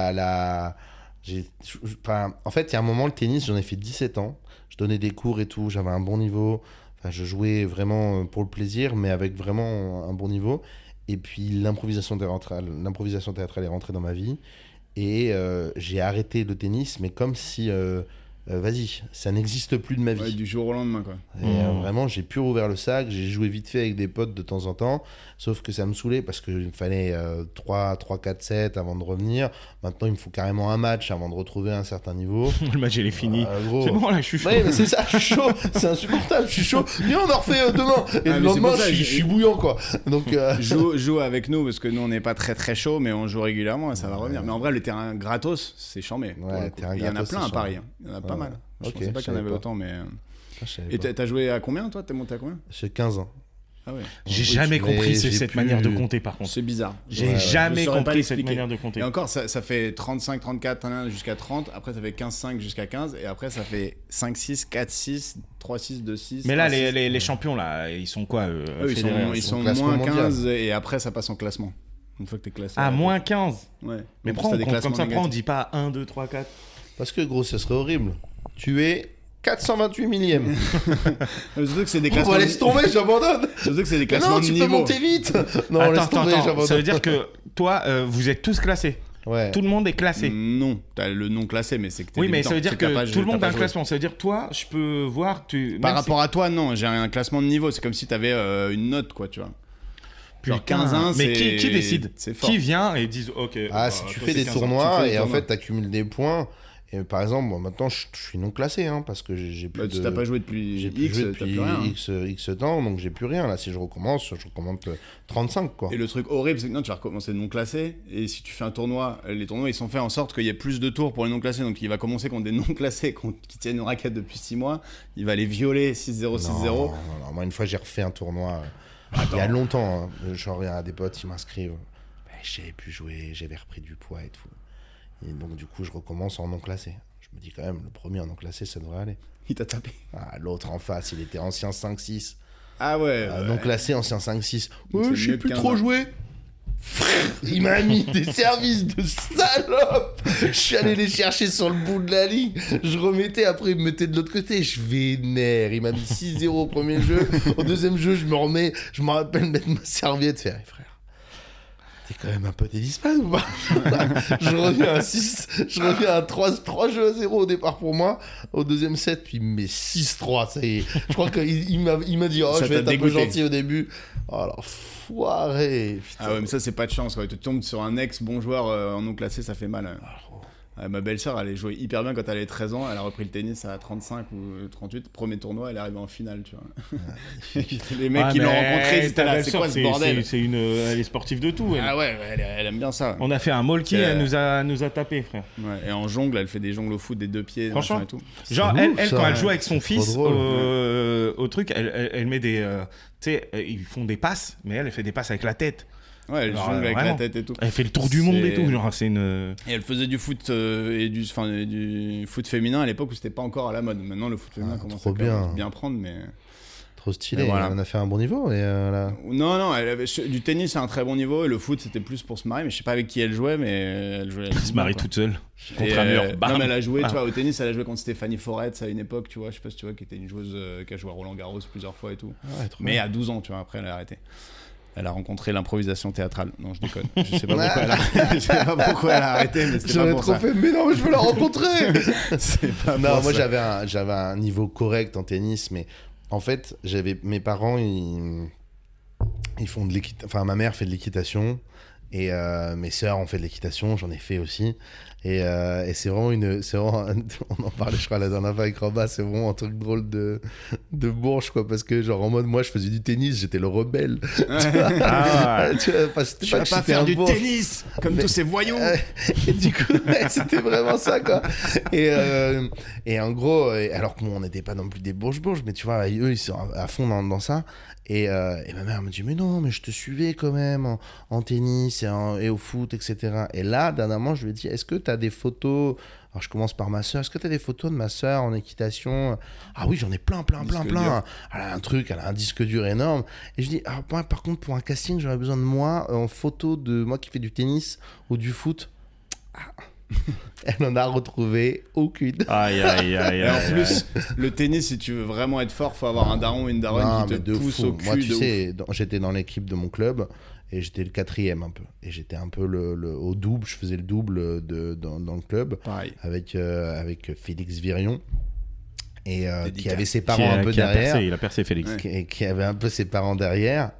en fait, il y a un moment, le tennis, j'en ai fait 17 ans. Je donnais des cours et tout, j'avais un bon niveau. Enfin, je jouais vraiment pour le plaisir, mais avec vraiment un bon niveau. Et puis, l'improvisation théâtrale est rentrée dans ma vie. Et j'ai arrêté le tennis, mais comme si... vas-y, ça n'existe plus de ma vie. Ouais, du jour au lendemain, quoi. Et vraiment, j'ai pu rouvert le sac, j'ai joué vite fait avec des potes de temps en temps, sauf que ça me saoulait parce qu'il me fallait 3, 4 sets avant de revenir. Maintenant, il me faut carrément un match avant de retrouver un certain niveau. Le match, il est fini. Gros. C'est bon, là, je suis chaud. Ouais, mais c'est ça, je suis chaud, c'est insupportable, je suis chaud. Mais on en refait demain. Et Ah, le mais c'est lendemain, pour ça, je suis bouillant, quoi. Donc, Joue avec nous parce que nous on n'est pas très très chaud, mais on joue régulièrement et ça va revenir. Mais en vrai, le terrain gratos, c'est chambé. pour Ouais, le coup. terrain Il y en a gratos, plein c'est à Paris. chambé. Il y en a pas Ouais. mal. Je Ok, pensais pas je qu'il y en savais avait pas. autant, mais. je savais Et pas. t'as joué à combien toi? T'es monté à combien? J'ai 15 ans. Ah ouais. J'ai Oui, jamais mais compris j'ai cette pu- manière de compter, par contre. C'est bizarre. J'ai Ouais, jamais je saurais pas compris cette l'expliquer. manière de compter. Et encore, ça fait 35, 34 jusqu'à 30. Après, ça fait 15, 5 jusqu'à 15. Et après, ça fait 5, 6, 4, 6, 3, 6, 2, 6. Mais là, 3, 6. les champions, là, ils sont quoi Eux, ils sont classement moins mondial. 15 et après, ça passe en classement. Une fois que t'es classé. Ah, moins 15. Ouais. Mais En plus, pourquoi t'as on des compte comme classements ça? Pourquoi on négatifs. dit pas 1, 2, 3, 4? Parce que, gros, ce serait horrible. Tu es 428 millième. Surtout que c'est des On classements. va laisser tomber, j'abandonne. Surtout que c'est des Mais classements non, de tu peux niveau. monter vite. Non, Attends, laisse tomber, j'abandonne. ça veut dire que toi, vous êtes tous classés. Ouais. Tout le monde est classé. Non, t'as le nom classé, mais c'est que t'es Oui, mais débutant. ça veut dire C'est t'as pas que joué- tout le monde t'as a pas un joué. classement. Ça veut dire, toi, je peux voir. Par rapport à toi, non, j'ai un classement de niveau. C'est comme si t'avais une note, quoi, tu vois. Genre 15-1, mais c'est- qui décide? C'est fort. Qui vient et disent OK. Ah, si tu toi, fais c'est des 15 ans. tournois tu fais des et en tournois. fait t'accumules des points. Et par exemple, moi, maintenant je suis non classé parce que j'ai plus Bah, de. tu t'as pas joué depuis J'ai plus X, joué t'as depuis plus rien. X temps, donc j'ai plus rien. Là, si je recommence 35 quoi. Et le truc horrible, c'est que non, tu vas recommencer non classé. Et si tu fais un tournoi, les tournois ils sont faits en sorte qu'il y ait plus de tours pour les non classés. Donc il va commencer contre des non classés qui tiennent une raquette depuis 6 mois. Il va les violer 6-0, 6-0. Non, moi une fois j'ai refait un tournoi il y a longtemps. Genre il y a des potes qui m'inscrivent. J'avais plus joué, j'avais repris du poids et tout. Et donc du coup je recommence en non classé. Je Je me dis quand même, le premier en non classé, ça devrait aller. Il t'a tapé. Ah, l'autre en face, il était ancien 5-6. Ah ouais. Non classé, ancien 5-6. Donc c'est Je mieux sais plus que trop 15 ans. jouer. Frère, il m'a mis des services de salope. Je suis allé les chercher sur le bout de la ligne. Je remettais, après il me mettait de l'autre côté. Je vénère. Il m'a mis 6-0 au premier jeu. Au deuxième jeu, je me rappelle mettre ma serviette, faire frère. T'es quand même un peu tennisman ou pas? Je reviens à 6, je reviens à 3 jeux à 0 au départ pour moi. Au deuxième set, puis il me met 6-3, ça y est. Je crois qu'il m'a dit, oh, Ça je vais t'a être un peu dégoûté. gentil au début. Oh, alors, foiré. Putain. Ah ouais, mais ça, c'est pas de chance. Quand tu tombes sur un ex bon joueur en non classé, ça fait mal. Ma belle-sœur, elle jouait hyper bien quand elle avait 13 ans. Elle a repris le tennis à 35 ou 38. Premier tournoi, elle est arrivée en finale, tu vois. Les mecs qui l'ont rencontré, ils étaient là, c'est quoi ce bordel? Elle est sportive de tout. Elle. Ah ouais, elle aime bien ça. On a fait un molki, elle nous a tapé, frère. Ouais, et en jongle, elle fait des jongles au foot des 2 pieds, Franchement, machin et tout. Genre, ouf, elle ça. quand elle joue avec son fils drôle. au truc, elle met des. Tu sais, ils font des passes, mais elle fait des passes avec la tête. Ouais, elle Alors, jongle avec vraiment. la tête et tout. Elle fait le tour du monde et C'est- tout. Genre, c'est une. Et elle faisait du foot et du foot féminin à l'époque où c'était pas encore à la mode. Maintenant, le foot féminin commence trop à quand même bien. bien prendre, mais. Trop stylé. Et voilà. On a fait un bon niveau. Et là... Non, elle avait du tennis à un très bon niveau et le foot c'était plus pour se marier. Mais je sais pas avec qui elle jouait, mais elle jouait. Elle se marie toute seule. Contre un mur. Bam. Non, mais elle a joué, Ah. tu vois, au tennis, elle a joué contre Stéphanie Foretz à une époque, tu vois. Je sais pas si tu vois, qui était une joueuse qui a joué à Roland Garros plusieurs fois et tout. Ouais, trop Mais bien. à 12 ans, tu vois, après elle a arrêté. Elle a rencontré l'improvisation théâtrale. Non, je déconne. Je sais pas pourquoi elle a arrêté, mais c'était pas J'aurais pour trop ça. fait, mais non, mais je veux la rencontrer. C'est pas Non, pour moi ça. j'avais un niveau correct en tennis, mais en fait, mes parents, ils font de l'équitation. Enfin, ma mère fait de l'équitation et mes sœurs ont fait de l'équitation, j'en ai fait aussi. Et c'est vraiment on en parlait, je crois, la dernière fois avec Roba, c'est vraiment un truc drôle de bourge, quoi, parce que, genre, en mode, moi, je faisais du tennis, j'étais le rebelle. Ah. Tu vois, enfin, c'était Tu vas que pas j'étais faire un du bourge. tennis comme Mais- tous ces voyous. Et du coup, ouais, c'était vraiment ça, quoi. Et en gros, alors que on n'était pas non plus des bourges, mais tu vois, eux, ils sont à fond dans ça. Et ma mère me dit, mais non, mais je te suivais quand même en tennis et au foot, etc. Et là, dernièrement, je lui ai dit, est-ce que tu as des photos? Alors, je commence par ma sœur. Est-ce que tu as des photos de ma sœur en équitation? Ah oui, j'en ai plein. Disque dur. Elle a un truc, elle a un disque dur énorme. Et je dis, ah, moi, par contre, pour un casting, j'aurais besoin de moi en photo de moi qui fais du tennis ou du foot. Ah. Elle en a retrouvé aucune. Aïe, aïe, aïe, Et en aïe, plus, le tennis, si tu veux vraiment être fort, faut avoir un daron ou une daronne Non, qui mais te de pousse fou. au cul. Moi, tu de ouf. sais, j'étais dans l'équipe de mon club et j'étais le 4e un peu. Et j'étais un peu au double. Je faisais le double dans le club Pareil. avec Félix Virion et qui Dédicace. avait ses parents un peu Qui a derrière. percé, il a percé Félix. Ouais. Qui avait un peu ses parents derrière.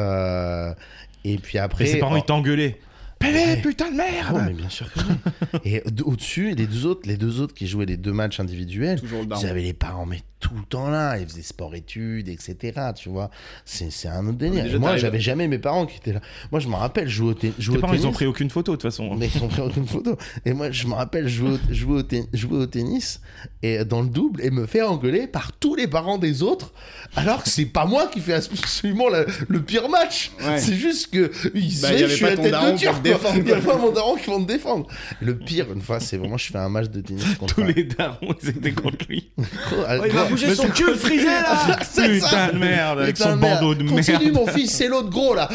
Et puis après. Et ses parents, ils t'engueulaient. Pelé, Ouais. putain de Oh, merde! mais bien sûr que oui. Et au-dessus, les deux autres qui jouaient les 2 matchs individuels, Toujours le ils daron. avaient les parents mais tout le temps là, ils faisaient sport-études, etc. Tu vois, c'est un autre délire. Déjà, Et moi, t'arrives- j'avais jamais mes parents qui étaient là. Moi, je me rappelle jouer au Tes tennis. parents, ils ont pris aucune photo, de toute façon. Mais ils ont pris aucune photo. Et moi, je me rappelle jouer au tennis et dans le double et me faire engueuler par tous les parents des autres, alors que c'est pas moi qui fais absolument le pire match. Ouais. C'est juste que Bah, y avait je suis pas la ton tête daron de turc. pour te défendre, Il y a quoi. pas mon daron qui va me défendre. Le pire, une fois, c'est vraiment, je fais un match de tennis contre Tous les darons, ils étaient contre lui. Il va bouger son cul frisé là. C'est ça. Putain de merde, avec Putain son de merde. bandeau de Continue, merde. mon fils, c'est l'autre gros là.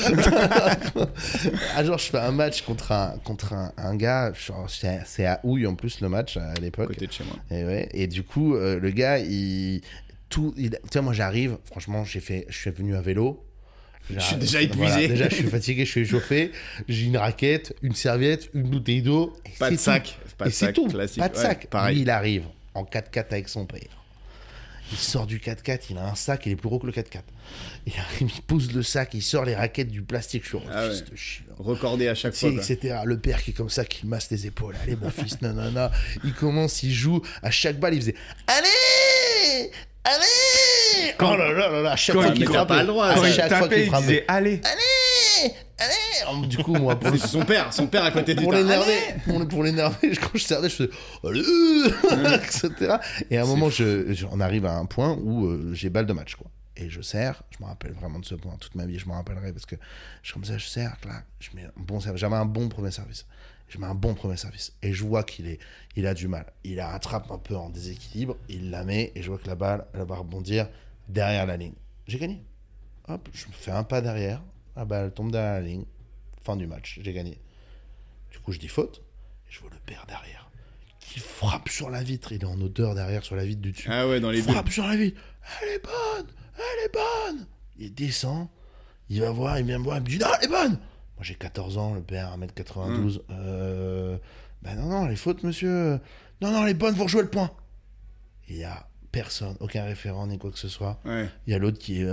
Ah, genre, je fais un match contre un gars, genre, c'est à Houille en plus le match à À l'époque. côté de chez moi. Et, ouais, et du coup, le gars, tu vois, moi j'arrive, franchement, je suis venu à vélo. Je suis déjà Voilà, épuisé. déjà, je suis fatigué, je suis échauffé. J'ai une raquette, une serviette, une bouteille d'eau. et Pas de c'est sac. tout. Pas Et de c'est sac tout. classique. Pas de Ouais, sac. pareil. Lui, il arrive en 4x4 avec son père. Il sort du 4x4, il a un sac, il est plus gros que le 4x4. Il arrive, il pose le sac, il sort les raquettes du plastique. Je suis Ah fils ouais. de chien. Recordé à chaque Tu fois. sais, quoi. etc. Le père qui est comme ça, qui masse les épaules. Allez, mon fils, nanana. Il commence, il joue. À chaque balle, il faisait Allez! Allez! Oh là là là là, à chaque quand fois il- qu'il mais t'as frappait. pas le droit, À Quand ça. il chaque fois tapait, qu'il il frappait. disait allez. Allez! Allez! Du coup, moi, pour C'est son père à côté du pour terrain. l'énerver, pour l'énerver, quand je servais, je faisais Allez! etc. Et à un moment, on arrive à un point où j'ai balle de match, quoi. et je serre. Je me rappelle vraiment de ce point. Toute ma vie, je m'en rappellerai parce que je comme ça, je serre, là, je mets un bon service. J'avais un bon premier service. Je mets un bon premier service et je vois il a du mal. Il la rattrape un peu en déséquilibre, il la met et je vois que la balle, elle va rebondir derrière la ligne. J'ai gagné. Hop, je me fais un pas derrière, la balle tombe derrière la ligne. Fin du match, j'ai gagné. Du coup, je dis faute et je vois le père derrière qui frappe sur la vitre. Il est en odeur derrière sur la vitre du dessus. Ah ouais, dans les Il frappe sur la vitre. Elle est bonne, elle est bonne. Il descend, il va voir, il vient me voir, il me dit non, elle est bonne. Moi j'ai 14 ans, le père 1m92. Non, les fautes, monsieur. Non, les bonnes, vous rejouez le point. Il y a personne, aucun référent ni quoi que ce soit. Ouais. Il y a l'autre qui est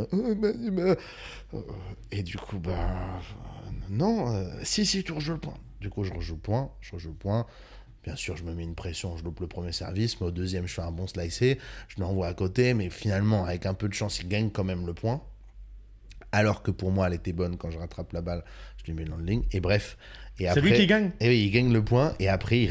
et du coup, si, tu rejoues le point. Du coup, je rejoue le point. Bien sûr, je me mets une pression, je loupe le premier service, mais au deuxième, je fais un bon slicé, je l'envoie à côté, mais finalement, avec un peu de chance, il gagne quand même le point. Alors que pour moi, elle était bonne quand je rattrape la balle, je lui mets dans le ligne. Et bref. Et après, c'est lui qui gagne. Et oui, il gagne le point, et après,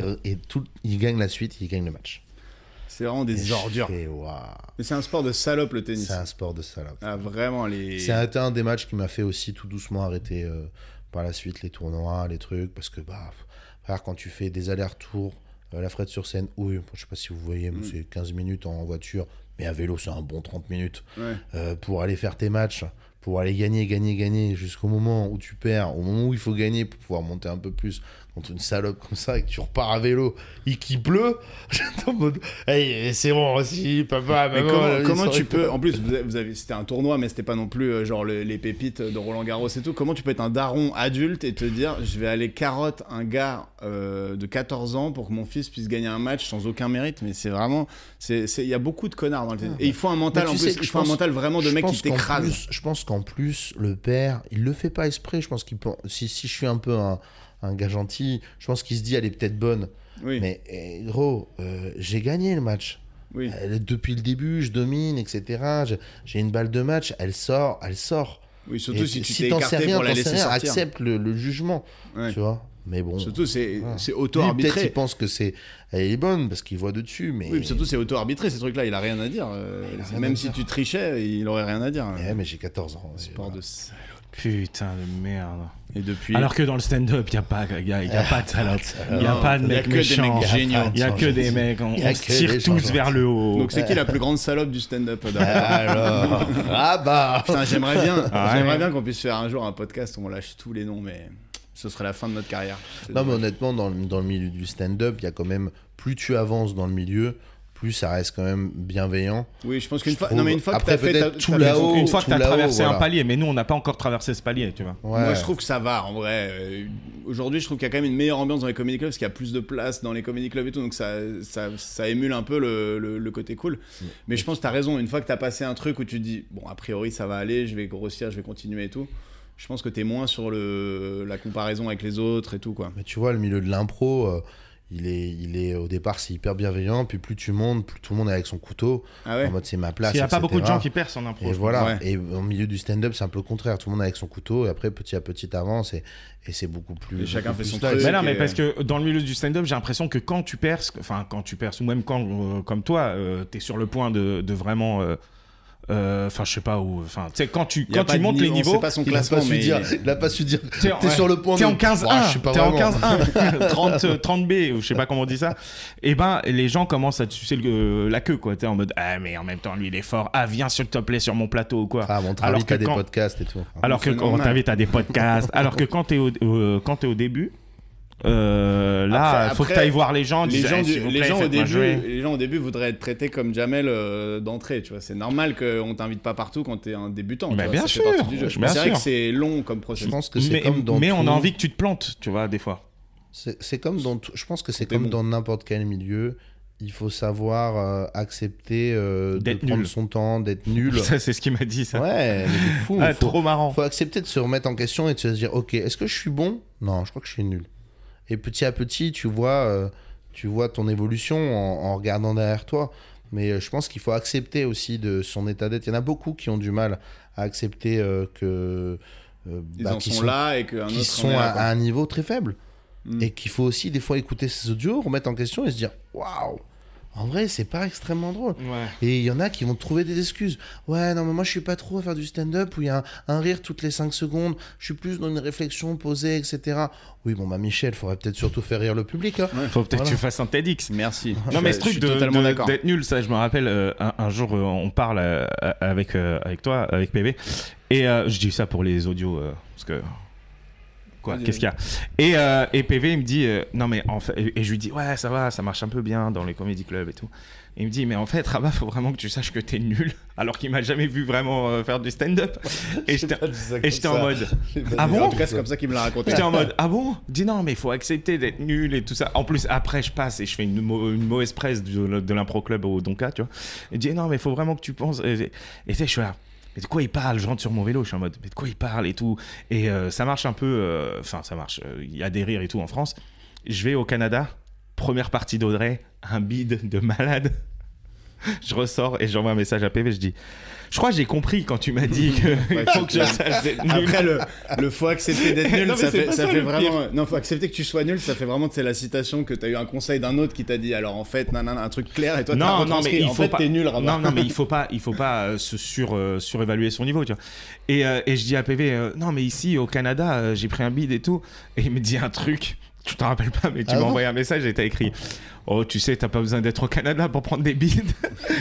il gagne la suite, il gagne le match. C'est vraiment des ordures. Mais c'est un sport de salope, le tennis. C'est un sport de salope. Ah, vraiment, C'est un des matchs qui m'a fait aussi tout doucement arrêter par la suite les tournois, les trucs, parce que, frère, quand tu fais des allers-retours, la Fred-sur-Seine, oui, je sais pas si vous voyez, mais c'est 15 minutes en voiture, mais à vélo, c'est un bon 30 minutes. Ouais. Pour aller faire tes matchs, pour aller gagner, jusqu'au moment où tu perds, au moment où il faut gagner pour pouvoir monter un peu plus contre une salope comme ça et que tu repars à vélo et qu'il pleut, j'étais en mode hey, c'est bon aussi, papa, maman. Mais comment tu peux. En plus, vous avez, c'était un tournoi, mais c'était pas non plus genre les pépites de Roland Garros et tout. Comment tu peux être un daron adulte et te dire je vais aller carotte un gars de 14 ans pour que mon fils puisse gagner un match sans aucun mérite? Mais c'est vraiment. Il y a beaucoup de connards dans le tennis. Et il faut un mental en plus. Il faut un mental vraiment de mec qui t'écrase. Je pense qu'en plus, le père, il le fait pas exprès. Je pense qu'il pense. Si je suis un peu un gars gentil, je pense qu'il se dit elle est peut-être bonne. Oui. Mais gros, j'ai gagné le match. Oui. Depuis le début, je domine, etc. J'ai une balle de match, elle sort. Oui, surtout Et si tu si t'es t'en écarté sais rien, pour la laisser sortir. accepte le jugement, Ouais. tu vois. Mais bon. Surtout, c'est Lui, auto-arbitré. peut-être il pense que elle est bonne parce qu'il voit de dessus, mais. Oui, mais surtout, c'est auto-arbitré ces trucs-là. Il a rien à dire. Même si tu trichais, il aurait rien à dire. Mais j'ai 14 ans. Sport voilà. de. Putain de merde. Et depuis. Alors que dans le stand-up, il n'y a pas de salope. Il n'y a pas de mecs que des méchants. mecs géniaux. Il n'y a que des mecs. On se tire tous vers le haut. Donc c'est qui la plus grande salope du stand-up? Alors, Putain, j'aimerais bien. Ah ouais. J'aimerais bien qu'on puisse faire un jour un podcast où on lâche tous les noms, mais ce serait la fin de notre carrière. Non, mais honnêtement, dans le milieu du stand-up, il y a quand même. Plus tu avances dans le milieu, plus ça reste quand même bienveillant. Oui, je pense qu'une fois. trouve. Non, mais une fois que Après, t'as fait. peut-être t'as tout fait là-haut. Une fois que tu as là-haut, traversé voilà. un palier, mais nous, on n'a pas encore traversé ce palier, tu vois. Ouais. Moi, je trouve que ça va, en vrai. Aujourd'hui, je trouve qu'il y a quand même une meilleure ambiance dans les comedy clubs parce qu'il y a plus de place dans les comedy clubs et tout, donc ça émule un peu le côté cool. Mais je pense que t'as raison. Une fois que t'as passé un truc où tu te dis, bon, a priori, ça va aller, je vais grossir, je vais continuer et tout. Je pense que t'es moins sur la comparaison avec les autres et tout, quoi. Mais tu vois, le milieu de l'impro, il est au départ, c'est hyper bienveillant. Puis plus tu montes, plus tout le monde est avec son couteau. Ah ouais. En mode, c'est ma place. Il n'y a pas etc. beaucoup de gens qui percent en impro. Et voilà. Ouais. Et au milieu du stand-up, c'est un peu le contraire. Tout le monde est avec son couteau. Et après, petit à petit, avance. Et c'est beaucoup plus. Et chacun beaucoup fait son plus light. truc. Mais non, mais Et- parce que dans le milieu du stand-up, j'ai l'impression que quand tu perces, ou même quand, comme toi, t'es sur le point de vraiment. Enfin, je sais pas où. Enfin, tu sais, quand tu Il y a pas de montes les niveau, on niveaux. sait pas son Il a classement, pas su mais dire. Il a pas su dire. T'es T'es sur le point T'es de. en 15-1, Ah, je suis pas t'es en vraiment. 15-1, 30 B, ou je sais pas comment on dit ça. Et ben, les gens commencent à te sucer la queue, quoi. T'es en mode, ah, mais en même temps, lui, il est fort. Ah, viens, s'il te plaît, sur mon plateau, ou quoi. Ah, mon Alors travail, t'as que des quand- podcasts et tout. Alors que C'est quand on normal. t'invite à des podcasts, alors que quand t'es au début, là, Après- faut que t'ailles voir les gens. les dire, gens, hey, s'il vous les, plaît, gens au faites-moi jouer. début, les gens au début voudraient être traités comme Jamel d'entrée, tu vois. C'est normal qu'on t'invite pas partout quand t'es un débutant. tu Mais vois, bien ça sûr, fait partie du jeu. bien C'est vrai sûr. que c'est long comme Je processus. pense que c'est Mais, comme dans. mais on a tout- envie que tu te plantes, tu vois, des fois. C'est comme dans. Je pense que c'est T'es comme bon. dans n'importe quel milieu. Il faut savoir accepter de D'être prendre nul. son temps, d'être nul. Ça, c'est ce qu'il m'a dit, ça. Ouais, mais c'est fou. Ah, faut, trop marrant. faut accepter de se remettre en question et de se dire, ok, est-ce que je suis bon? Non, je crois que je suis nul. Et petit à petit, tu vois ton évolution en regardant derrière toi. Mais je pense qu'il faut accepter aussi de son état d'être. Il y en a beaucoup qui ont du mal à accepter que Ils en qu'ils sont là et qu'un qui autre sont en est là, à quoi. un niveau très faible. Mm. Et qu'il faut aussi des fois écouter ces audios, remettre en question et se dire, waouh, En vrai, c'est pas extrêmement drôle. Ouais. Et il y en a qui vont trouver des excuses. Ouais, non, mais moi, je suis pas trop à faire du stand-up où il y a un rire toutes les 5 secondes. Je suis plus dans une réflexion posée, etc. Oui, bon, bah, Michel, faudrait peut-être surtout faire rire le public. Hein. Faut peut-être Voilà. que tu fasses un TEDx. Merci. Non, mais ce Je truc suis totalement d'accord. d'être nul, ça, je me rappelle, un jour, on parle avec toi, avec PV, et je dis ça pour les audios, parce que... Quoi, Vas-y, qu'est-ce qu'il y a et PV, il me dit, non, mais en fait... Et je lui dis, ouais, ça va, ça marche un peu bien dans les comedy clubs et tout. Et il me dit, mais en fait, Rabat, faut vraiment que tu saches que t'es nul, alors qu'il m'a jamais vu vraiment faire du stand-up. Et j'étais en mode, ah bon? En tout cas, c'est comme ça qu'il me l'a raconté. J'étais en mode, ah bon? Dis non, mais il faut accepter d'être nul et tout ça. En plus, après, je passe et je fais une mauvaise presse de l'impro club au Donka, tu vois. Il dit, non, mais il faut vraiment que tu penses. Et tu sais, je suis là, mais de quoi il parle? Je rentre sur mon vélo, je suis en mode, mais de quoi il parle et tout. Et ça marche un peu, enfin, ça marche. Il y a des rires et tout en France. Je vais au Canada, première partie d'Audrey, un bide de malade. Je ressors et j'envoie un message à PV, je dis, je crois que j'ai compris quand tu m'as dit que Ouais, faut que je sache d'être nul. Après, le faut accepter d'être nul, Non, mais ça c'est fait, pas ça ça, fait le vraiment. Non, faut accepter que tu sois nul, ça fait vraiment, c'est la citation que t'as eu un conseil d'un autre qui t'a dit, alors en fait, un truc clair, et toi t'as Non, retranscrit. mais il en faut fait, pas. t'es nul, Rabat. Non, mais il faut pas se surévaluer son niveau, tu vois. Et je dis à PV, non, mais ici au Canada, j'ai pris un bide et tout, et il me dit un truc. Tu t'en rappelles pas, mais tu m'as envoyé un message et t'as écrit, oh, tu sais, t'as pas besoin d'être au Canada pour prendre des bides.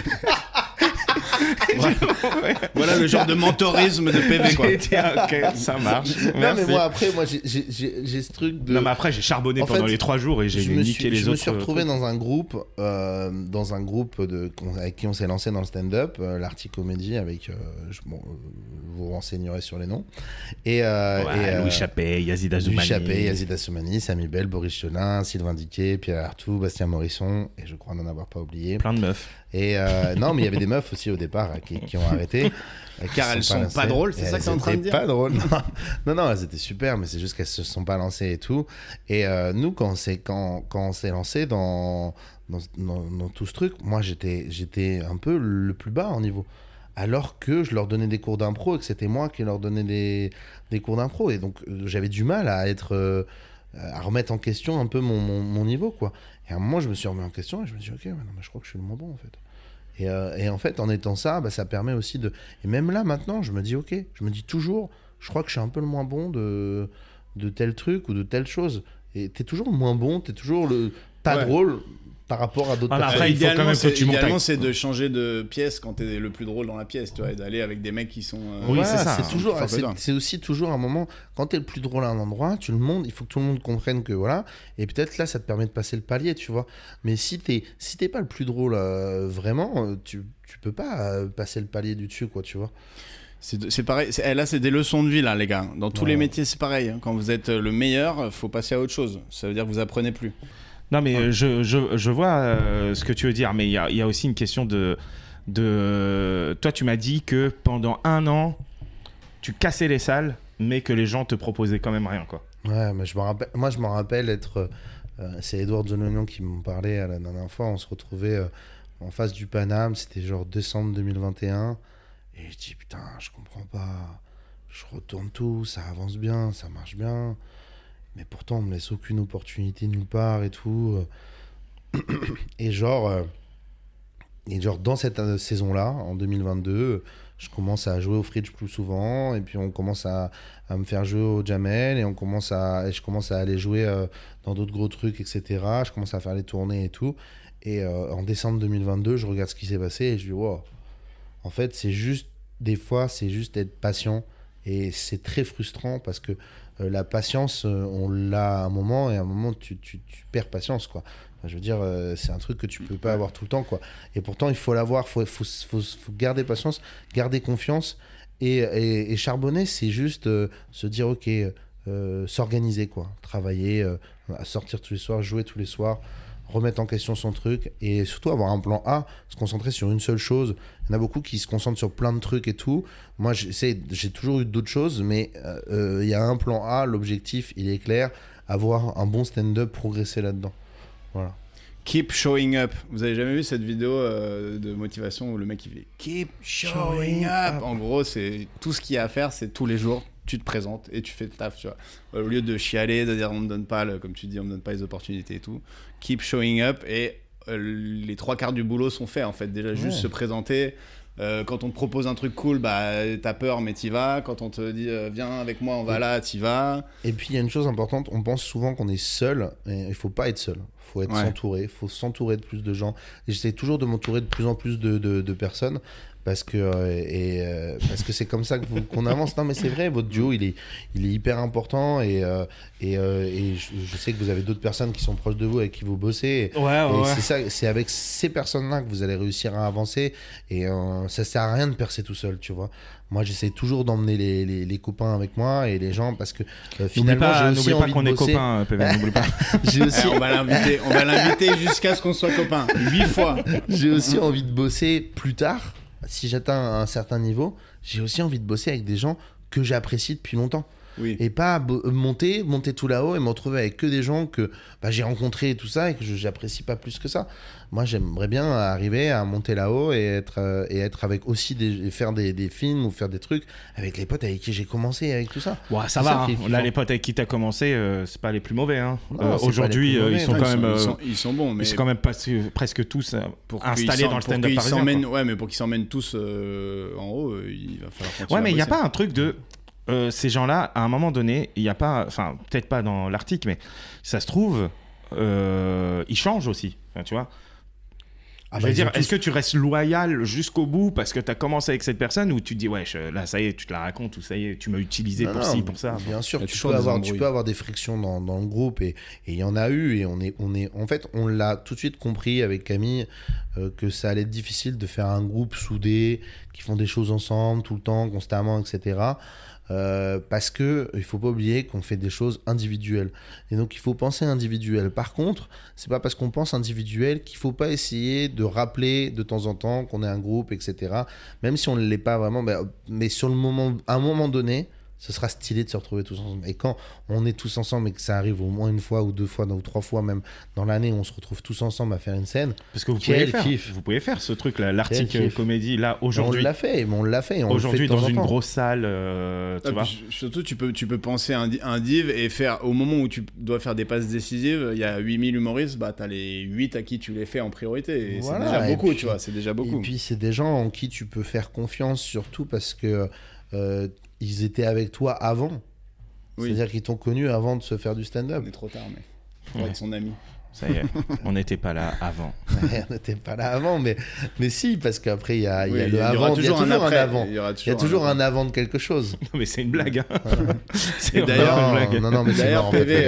Voilà le genre de mentorisme de PV, quoi. J'ai dit, ah, ok, ça marche. Non, Merci. mais moi, après, j'ai ce truc de... Non, mais après, j'ai charbonné En pendant fait, les 3 jours et j'ai niqué les autres. Je me suis retrouvé dans un groupe, avec qui on s'est lancé dans le stand-up, l'Arty Comedy, avec, vous renseignerez sur les noms. Et, Louis Chappé, Yazid Azoumani. Louis Chappé, Yazid Azoumani, Samy Bell, Boris Chonin, Sylvain Diquet, Pierre Artout, Bastien Morisson, et je crois n'en avoir pas oublié. Plein de meufs. Et non, mais il y avait des meufs aussi au départ qui ont arrêté. Car elles sont pas drôles, c'est ça que t'es en train de dire? Pas drôles. Non, elles étaient super, mais c'est juste qu'elles se sont pas lancées et tout. Et nous, quand on s'est lancé dans tout ce truc, moi j'étais un peu le plus bas en niveau. Alors que je leur donnais des cours d'impro et que c'était moi qui leur donnais des cours d'impro. Et donc j'avais du mal à remettre en question un peu mon niveau, quoi. Et à un moment, je me suis remis en question et je me suis dit, ok, ouais, non, mais je crois que je suis le moins bon, en fait. Et en fait, en étant ça, ça permet aussi de... Et même là, maintenant, je me dis, ok, je me dis toujours, je crois que je suis un peu le moins bon de tel truc ou de telle chose. Et t'es toujours le moins bon, t'es toujours pas drôle par rapport à d'autres personnes. Après, il faut quand même que tu montes idéalement, avec- c'est de changer de pièce quand t'es le plus drôle dans la pièce, tu vois, et d'aller avec des mecs qui sont. Oui, Voilà, c'est ça. C'est toujours, Enfin, c'est ça. c'est aussi toujours un moment quand t'es le plus drôle à un endroit, tu le montres, il faut que tout le monde comprenne que voilà. Et peut-être là, ça te permet de passer le palier, tu vois. Mais si t'es pas le plus drôle vraiment, tu peux pas passer le palier du dessus, quoi, tu vois. C'est pareil, là c'est des leçons de vie là les gars. Dans tous les métiers c'est pareil. Hein. Quand vous êtes le meilleur, faut passer à autre chose. Ça veut dire que vous apprenez plus. Non, mais je vois ce que tu veux dire, mais il y a aussi une question de... Toi, tu m'as dit que pendant 1 an, tu cassais les salles, mais que les gens te proposaient quand même rien, quoi. Ouais, mais je me rappelle être... c'est Edouard Jononion qui m'en parlait la dernière fois. On se retrouvait en face du Paname, c'était genre décembre 2021. Et je dis, putain, je comprends pas. Je retourne tout, ça avance bien, ça marche bien. Mais pourtant, on me laisse aucune opportunité nulle part et tout. Et genre dans cette saison-là, en 2022, je commence à jouer au Fridge plus souvent. Et puis, on commence à me faire jouer au Jamel. Et je commence à aller jouer dans d'autres gros trucs, etc. Je commence à faire les tournées et tout. Et en décembre 2022, je regarde ce qui s'est passé et je dis, wow. En fait, des fois, c'est juste être patient. Et c'est très frustrant parce que la patience, on l'a à un moment et à un moment, tu perds patience, quoi. Enfin, je veux dire, c'est un truc que tu peux pas avoir tout le temps, quoi. Et pourtant, il faut l'avoir, faut garder patience, garder confiance et charbonner, c'est juste se dire, ok, s'organiser, quoi. Travailler, sortir tous les soirs, jouer tous les soirs, remettre en question son truc et surtout avoir un plan A, se concentrer sur une seule chose. Il y en a beaucoup qui se concentrent sur plein de trucs et tout. Moi, j'ai toujours eu d'autres choses, mais il y a un plan A, l'objectif, il est clair, avoir un bon stand-up, progresser là-dedans. Voilà. Keep showing up. Vous avez jamais vu cette vidéo de motivation où le mec il fait Keep showing up. En gros, c'est tout ce qu'il y a à faire, c'est tous les jours. Tu te présentes et tu fais le taf, tu vois. Au lieu de chialer, de dire on me donne pas, comme tu dis, on me donne pas les opportunités et tout. Keep showing up et les 3/4 du boulot sont faits en fait. Déjà, juste se présenter. Quand on te propose un truc cool, bah t'as peur, mais t'y vas. Quand on te dit viens avec moi, on va là, t'y vas. Et puis il y a une chose importante, on pense souvent qu'on est seul, et il faut pas être seul. Il faut être s'entourer, il faut s'entourer de plus de gens. Et j'essaie toujours de m'entourer de plus en plus de personnes. Parce que c'est comme ça qu'on avance. Non mais c'est vrai, votre duo il est hyper important et je sais que vous avez d'autres personnes qui sont proches de vous avec qui vous bossez. C'est ça, c'est avec ces personnes-là que vous allez réussir à avancer et ça sert à rien de percer tout seul, tu vois. Moi j'essaie toujours d'emmener les copains avec moi et les gens parce que finalement j'ai aussi envie de bosser. N'oublie pas qu'on est copains, PV, n'oublie pas. J'ai aussi... on va l'inviter jusqu'à ce qu'on soit copains 8 fois. J'ai aussi envie de bosser plus tard. Si j'atteins un certain niveau, j'ai aussi envie de bosser avec des gens que j'apprécie depuis longtemps. Oui. Et pas monter tout là-haut et me retrouver avec que des gens que j'ai rencontrés et tout ça et que j'apprécie pas plus que ça. Moi, j'aimerais bien arriver à monter là-haut et être avec aussi faire des films ou faire des trucs avec les potes avec qui j'ai commencé avec tout ça. Ouais, ça va. Là, les potes avec qui t'as commencé, c'est pas les plus mauvais. Hein. Aujourd'hui, ils sont quand même. Ils sont bons, mais ils sont quand même presque tous installés dans le stand-up parisien. Mais pour qu'ils s'emmènent tous en haut, il va falloir continuer. Ouais, mais il y a pas un truc de. Ces gens-là, à un moment donné, il n'y a pas, enfin peut-être pas dans l'article, mais ça se trouve, ils changent aussi, enfin, tu vois. Je veux dire, est-ce que tu restes loyal jusqu'au bout parce que tu as commencé avec cette personne ou tu te dis, ouais, là, ça y est, tu te la racontes ou ça y est, tu m'as utilisé pour ci, pour ça. Bien sûr, tu peux avoir des frictions dans le groupe et il y en a eu et en fait, on l'a tout de suite compris avec Camille que ça allait être difficile de faire un groupe soudé, qui font des choses ensemble tout le temps, constamment, etc. Parce que il faut pas oublier qu'on fait des choses individuelles et donc il faut penser individuel. Par contre, c'est pas parce qu'on pense individuel qu'il faut pas essayer de rappeler de temps en temps qu'on est un groupe, etc. Même si on ne l'est pas vraiment, mais sur le moment, à un moment donné, ce sera stylé de se retrouver tous ensemble. Et quand on est tous ensemble et que ça arrive au moins une fois ou deux fois ou trois fois même dans l'année, on se retrouve tous ensemble à faire une scène. Parce que vous pouvez faire ce truc là, l'article comédie là aujourd'hui. On l'a fait. Aujourd'hui dans une grosse salle, tu vois. Surtout tu peux penser un div et faire au moment où tu dois faire des passes décisives, il y a 8000 humoristes, bah t'as les 8 à qui tu les fais en priorité. Et voilà, c'est déjà beaucoup, tu vois. C'est déjà beaucoup. Et puis c'est des gens en qui tu peux faire confiance surtout parce que ils étaient avec toi avant. Oui. C'est-à-dire qu'ils t'ont connu avant de se faire du stand-up. On est trop tard, mais pour être son ami. Ça y est, on n'était pas là avant. On n'était pas là avant, mais si, parce qu'après, il y a le avant. Il y a toujours un avant. Il y a toujours un avant de quelque chose. Non, mais c'est une blague. Hein. C'est d'ailleurs une blague. Non, mais d'ailleurs, PV,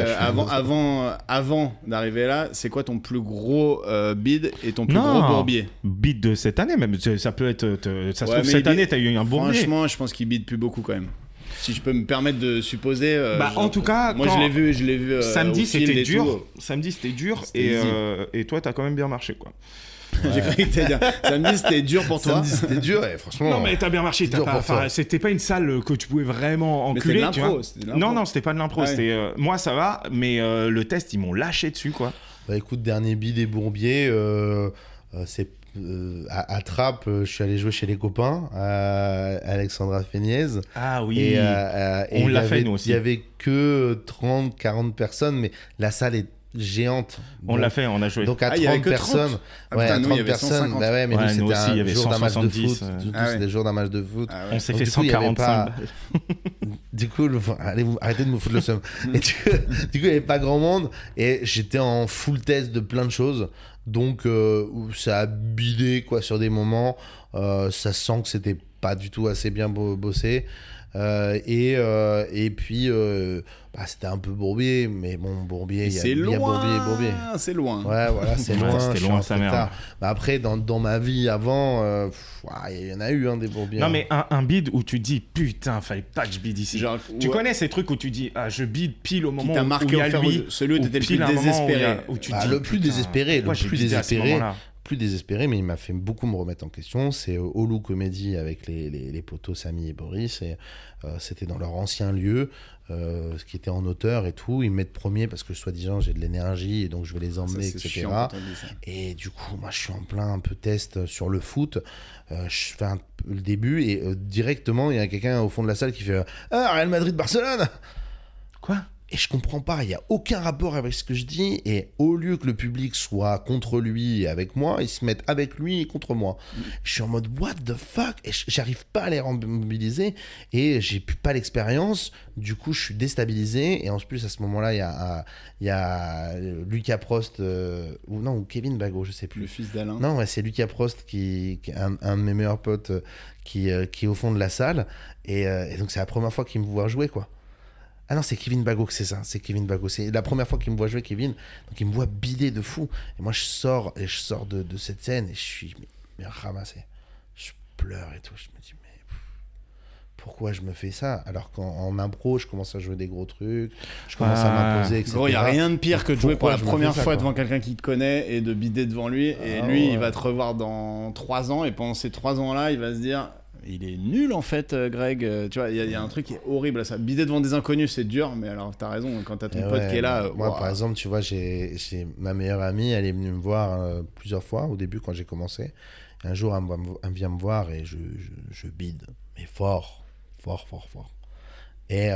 avant d'arriver là, c'est quoi ton plus gros bid et ton plus gros bourbier? Bid de cette année, même. Ça peut être. Ça se trouve, cette année, tu as eu un bourbier. Franchement, je pense qu'il bide plus beaucoup quand même. Si je peux me permettre de supposer. En tout cas, moi je l'ai vu. Samedi c'était dur. Samedi c'était dur et toi t'as quand même bien marché quoi. J'ai cru que t'allais dire samedi c'était dur pour toi. Samedi c'était dur et franchement. Non mais t'as bien marché. C'était pas une salle que tu pouvais vraiment enculer. Mais c'était de l'impro. Non c'était pas de l'impro. C'était moi ça va, mais le test ils m'ont lâché dessus quoi. Bah écoute, dernier bid des bourbiers, c'est à Trappes, je suis allé jouer chez les copains, Alexandra Féniez. Ah oui, on l'a fait nous aussi. Il y avait que 30-40 personnes, mais la salle est géante. On l'a fait, on a joué. Donc à 30 personnes, ouais, à 30 personnes, bah ouais, mais nous c'était un jour d'un match de foot. C'était des jours d'un match de foot. On s'est fait 145. Du coup, arrêtez de me foutre le seum. Et du coup, il n'y avait pas grand monde et j'étais en full test de plein de choses. Donc ça a bidé quoi sur des moments, ça sent que c'était pas du tout assez bien bossé et puis c'était un peu bourbier, mais bon bourbier, il y a bien bourbier. C'est loin. Ouais voilà, c'est loin. C'était loin sa mère. Après dans ma vie avant, il y en a eu des bourbiers. Non mais un bid où tu dis putain, fallait pas que je bide ici. Genre, tu connais ces trucs où tu dis je bide pile au moment où il y a lui, celui où t'étais le plus désespéré. Le plus désespéré. Plus désespéré, mais il m'a fait beaucoup me remettre en question. C'est Olu Comédie avec les potos Samy et Boris. Et, c'était dans leur ancien lieu, ce qui était en hauteur et tout. Ils me mettent premier parce que soi-disant j'ai de l'énergie et donc je vais les emmener, etc. Et du coup, moi je suis en plein un peu test sur le foot. Je fais le début et directement il y a quelqu'un au fond de la salle qui fait Real Madrid-Barcelone. Quoi ? Et je comprends pas, il y a aucun rapport avec ce que je dis. Et au lieu que le public soit contre lui et avec moi, ils se mettent avec lui et contre moi. Je suis en mode what the fuck, et j'arrive pas à les mobiliser et j'ai plus pas l'expérience. Du coup, je suis déstabilisé. Et en plus, à ce moment-là, il y a Lucas Prost ou Kevin Bagot, je sais plus. Le fils d'Alain. Non, ouais, c'est Lucas Prost qui est un de mes meilleurs potes qui est au fond de la salle. Et donc, c'est la première fois qu'il me voit jouer, quoi. Ah non, c'est Kevin Bagot que c'est ça. C'est Kevin Bagot. C'est la première fois qu'il me voit jouer, Kevin. Donc, il me voit bider de fou. Et moi, je sors de cette scène et je suis mais ramassé. Je pleure et tout. Je me dis, mais pourquoi je me fais ça? Alors qu'en impro, je commence à jouer des gros trucs. Je commence à m'imposer, etc. Gros, il n'y a rien de pire que de jouer pour la première fois quoi. devant quelqu'un qui te connaît et de bider devant lui. Et lui, il va te revoir dans 3 ans. Et pendant ces 3 ans-là, il va se dire... Il est nul en fait, Greg. Tu vois, il y a un truc qui est horrible à ça. Bider devant des inconnus, c'est dur, mais alors t'as raison, quand t'as ton pote qui est là. Moi, par exemple, tu vois, j'ai ma meilleure amie, elle est venue me voir plusieurs fois au début quand j'ai commencé. Et un jour, elle vient me voir et je bide, mais fort. Et elle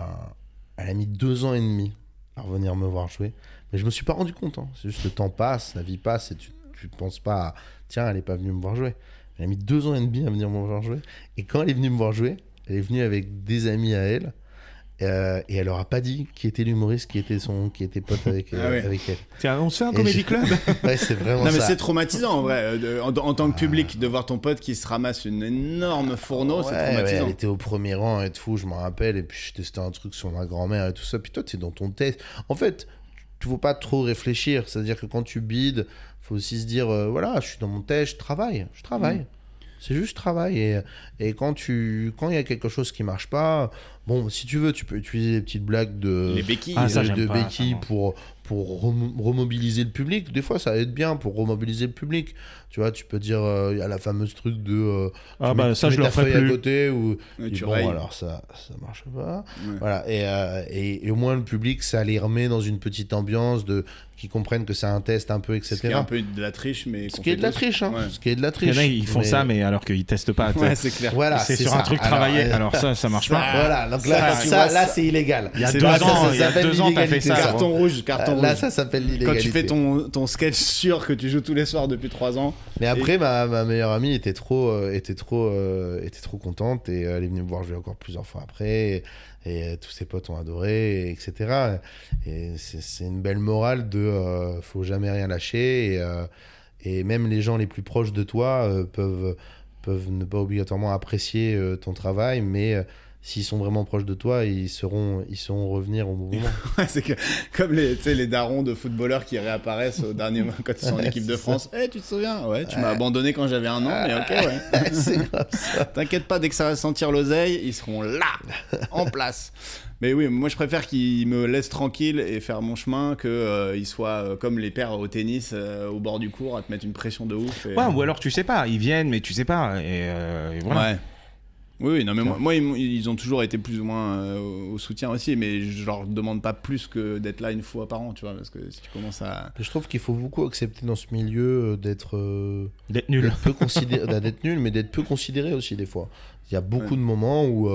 a mis 2 ans et demi à revenir me voir jouer. Mais je me suis pas rendu compte. Hein. C'est juste le temps passe, la vie passe et tu penses pas à, tiens, elle est pas venue me voir jouer. Elle a mis 2 ans et demi à venir me voir jouer. Et quand elle est venue me voir jouer, elle est venue avec des amis à elle. Et elle leur a pas dit qui était l'humoriste qui était pote avec elle. Tiens, on se fait un comédie club. Ouais, c'est vraiment non, ça. mais c'est traumatisant en vrai. En tant que public, de voir ton pote qui se ramasse une énorme fourneau, c'est traumatisant. Ouais, elle était au premier rang et tout, je m'en rappelle. Et puis je testais un truc sur ma grand-mère et tout ça. Puis toi, tu es dans ton test. En fait, tu ne faut pas trop réfléchir. C'est-à-dire que quand tu bides, faut aussi se dire voilà, je suis dans mon test, je travaille. C'est juste travail. Et quand il y a quelque chose qui marche pas, bon, si tu veux, tu peux utiliser des petites blagues les béquilles, béquilles pour remobiliser le public. Des fois, ça aide bien pour remobiliser le public. Tu vois, tu peux dire, il y a la fameuse truc de ça, je le ferai plus. à côté ou bon, alors ça marche pas. Ouais. Voilà. Et au moins, le public, ça les remet dans une petite ambiance qui comprennent que c'est un test un peu, etc. Ce qui est un peu de la triche, mais ce qui est de la triche, hein. Ouais. Ce qui est de la triche. Il y en a, ils font ça, mais alors qu'ils testent pas. Ouais, c'est clair. Voilà, c'est sur un truc travaillé. Alors ça marche pas. Voilà, donc là, c'est illégal. Il y a 2 ans, t'as fait ça. Carton rouge. Là, ça s'appelle l'illégalité. Quand tu fais ton sketch sûr que tu joues tous les soirs depuis 3 ans. Mais après, ma meilleure amie était trop contente et elle est venue me voir jouer encore plusieurs fois après. Et tous ses potes ont adoré, etc. Et c'est une belle morale de faut jamais rien lâcher. Et même les gens les plus proches de toi peuvent ne pas obligatoirement apprécier ton travail, mais s'ils sont vraiment proches de toi, ils sauront revenir au bon moment. Ouais, c'est comme les darons de footballeurs qui réapparaissent au dernier moment quand ils sont en équipe de France. Tu te souviens? Ouais, tu m'as abandonné quand j'avais 1 an, mais ok, ouais. C'est comme ça. T'inquiète pas, dès que ça va sentir l'oseille, ils seront là, en place. Mais oui, moi je préfère qu'ils me laissent tranquille et faire mon chemin qu'ils soient comme les pères au tennis au bord du cours à te mettre une pression de ouf. Ouais, ou alors tu sais pas, ils viennent, mais tu sais pas. Et voilà. Ouais. Oui, non, mais moi ils ont toujours été plus ou moins au soutien aussi, mais je leur demande pas plus que d'être là une fois par an, tu vois, parce que si tu commences à... Je trouve qu'il faut beaucoup accepter dans ce milieu d'être nul. D'être nul, mais d'être peu considéré aussi des fois. Il y a beaucoup de moments où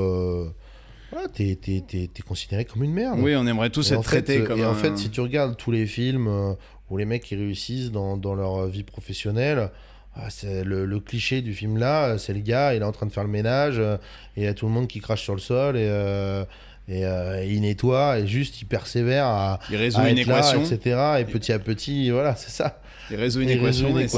t'es considéré comme une merde. Oui, on aimerait tous être traités comme... Et en fait, si tu regardes tous les films où les mecs qui réussissent dans leur vie professionnelle... c'est le cliché du film là, c'est le gars, il est en train de faire le ménage et il y a tout le monde qui crache sur le sol et il nettoie et juste il persévère il résout une équation, etc. Et petit à petit, voilà, c'est ça. Il résout une équation et c'est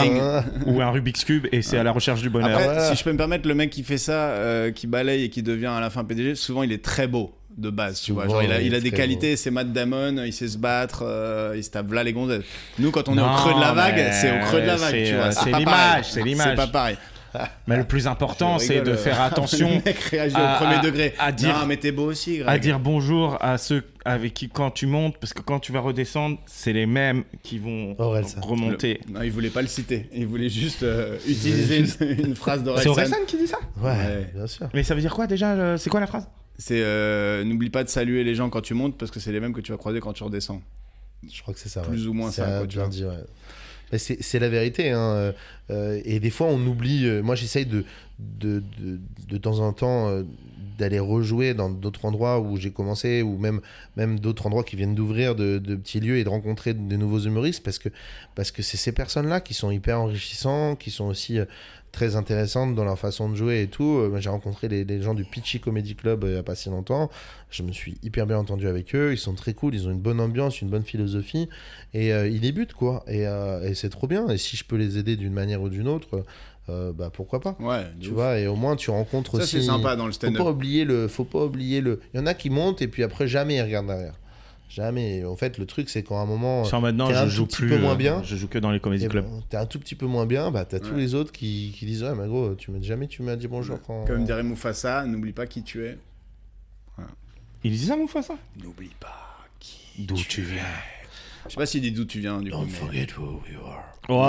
ou un Rubik's Cube et c'est à la recherche du bonheur. Après, si je peux me permettre, le mec qui fait ça, qui balaye et qui devient à la fin PDG, souvent il est très beau de base, tu vois, genre il a des qualités, c'est Matt Damon, il sait se battre, il se tape là les gonzesses. Nous quand on est au creux de la vague, c'est au creux de la vague, tu vois, c'est l'image, c'est l'image. C'est pas pareil. Mais le plus important, c'est de faire attention. Le mec réagit au premier degré. À dire, non, mais t'es beau aussi, Greg. À dire bonjour à ceux avec qui, quand tu montes, parce que quand tu vas redescendre, c'est les mêmes qui vont remonter. Non, il voulait pas le citer. Il voulait juste utiliser une phrase d'Orelsan. C'est Orelsan qui dit ça? Ouais, bien sûr. Mais ça veut dire quoi déjà? C'est quoi la phrase? C'est n'oublie pas de saluer les gens quand tu montes parce que c'est les mêmes que tu vas croiser quand tu redescends. Je crois que c'est ça. Plus ou moins ça. Quoi, bien dit, ouais. Mais c'est la vérité, hein. Et des fois on oublie. Moi j'essaye de temps en temps d'aller rejouer dans d'autres endroits où j'ai commencé, ou même d'autres endroits qui viennent d'ouvrir, de petits lieux, et de rencontrer de nouveaux humoristes, parce que c'est ces personnes-là qui sont hyper enrichissants, qui sont aussi très intéressantes dans leur façon de jouer et tout. J'ai rencontré les gens du Pitchy Comedy Club il n'y a pas si longtemps. Je me suis hyper bien entendu avec eux. Ils sont très cool, ils ont une bonne ambiance, une bonne philosophie, et ils débutent, quoi. Et c'est trop bien. Et si je peux les aider d'une manière ou d'une autre, bah pourquoi pas. Ouais, tu vois, et au moins tu rencontres ça, aussi. c'est sympa dans le stand-up. Faut pas oublier le. Il y en a qui montent et puis après jamais ils regardent derrière. Jamais. En fait, le truc, c'est qu'à un moment, maintenant, t'es je un joue tout petit plus. peu moins bien. Je joue que dans les comedy clubs. T'es un tout petit peu moins bien, bah t'as tous les autres qui disent ouais, mais gros, tu m'as dit bonjour quand. Comme dirait Mufasa, n'oublie pas qui tu es. Voilà. Il disait ça, Mufasa ? N'oublie pas d'où tu viens. Je sais pas s'il dit d'où tu viens du coup. Don't forget who you are.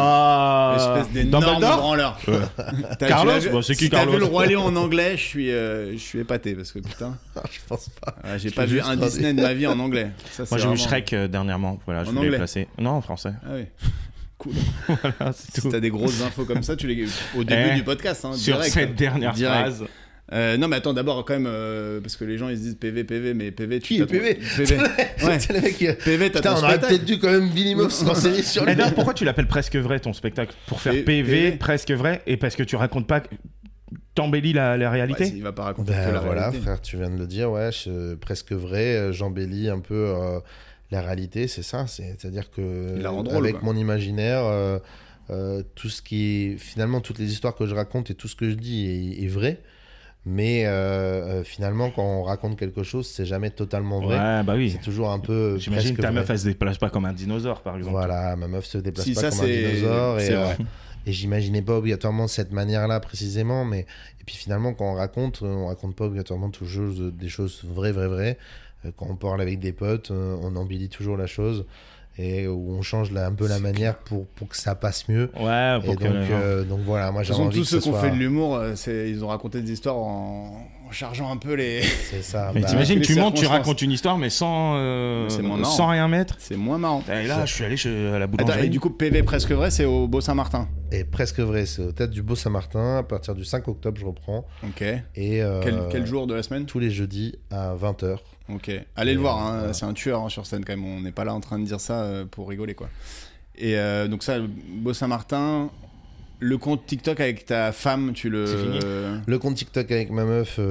Wow. Espèce d'énorme branleur. Carlos, c'est qui si Carlos ? t'as vu le Roi Lion en anglais, je suis épaté parce que putain. Je pense pas. J'ai pas vu un Disney de ma vie en anglais. Ça, moi j'ai vu vraiment... Shrek dernièrement. Voilà, je en voulais anglais. placer. Non, en français. Ah oui. Cool. Voilà, c'est Si tout. t'as des grosses infos comme ça, tu les au début du podcast. Hein, sur direct, cette dernière phrase. Non mais attends, d'abord quand même parce que les gens ils se disent PV mais PV Qui est PV Ouais. C'est le mec qui... PV t'as Putain, ton on aurait spectacle. peut-être dû quand même Billy Moff se renseigner sur lui. Et d'ailleurs, pourquoi tu l'appelles presque vrai ton spectacle ? Pour faire PV, presque vrai, et parce que tu racontes pas, t'embellis la réalité. Ouais, il va pas raconter que la voilà, réalité. frère, tu viens de le dire, ouais, presque vrai, j'embellis un peu la réalité, c'est ça, c'est-à-dire que Il la rend drôle, avec quoi. mon imaginaire, tout ce qui est, finalement, toutes les histoires que je raconte et tout ce que je dis est vrai. Mais finalement, quand on raconte quelque chose, c'est jamais totalement vrai. Ouais, bah oui. C'est toujours un peu. J'imagine que ta presque meuf, vrai. elle se déplace pas comme un dinosaure, par exemple. Voilà, ma meuf se déplace Si, pas ça, comme un c'est- dinosaure. c'est vrai. Et j'imaginais pas obligatoirement cette manière-là précisément. Et puis finalement, quand on raconte pas obligatoirement toujours des choses vraies. Quand on parle avec des potes, on embellit toujours la chose. Et où on change un peu la manière pour que ça passe mieux. Ouais, Et pour que. donc voilà, moi De toute j'avais façon, envie tous que ceux ce qui ont soit... fait de l'humour, ils ont raconté des histoires en chargeant un peu les. C'est ça. Mais bah, t'imagines, les tu montes, tu circonstances. racontes une histoire, mais sans, C'est moins marrant. sans rien mettre. C'est moins marrant. Et là, je suis allé à la Attends, boulangerie. et du coup, PV presque vrai, c'est au Beau Saint-Martin. Et presque vrai, c'est au Théâtre du Beau-Saint-Martin. À partir du 5 octobre, je reprends. Ok. Et Quel jour de la semaine? tous les jeudis à 20h. Ok. Allez le voir, hein. voilà. C'est un tueur hein, sur scène quand même. On n'est pas là en train de dire ça pour rigoler quoi. Et donc ça, Beau Saint-Martin, le compte TikTok avec ta femme, tu le. C'est fini. Le compte TikTok avec ma meuf,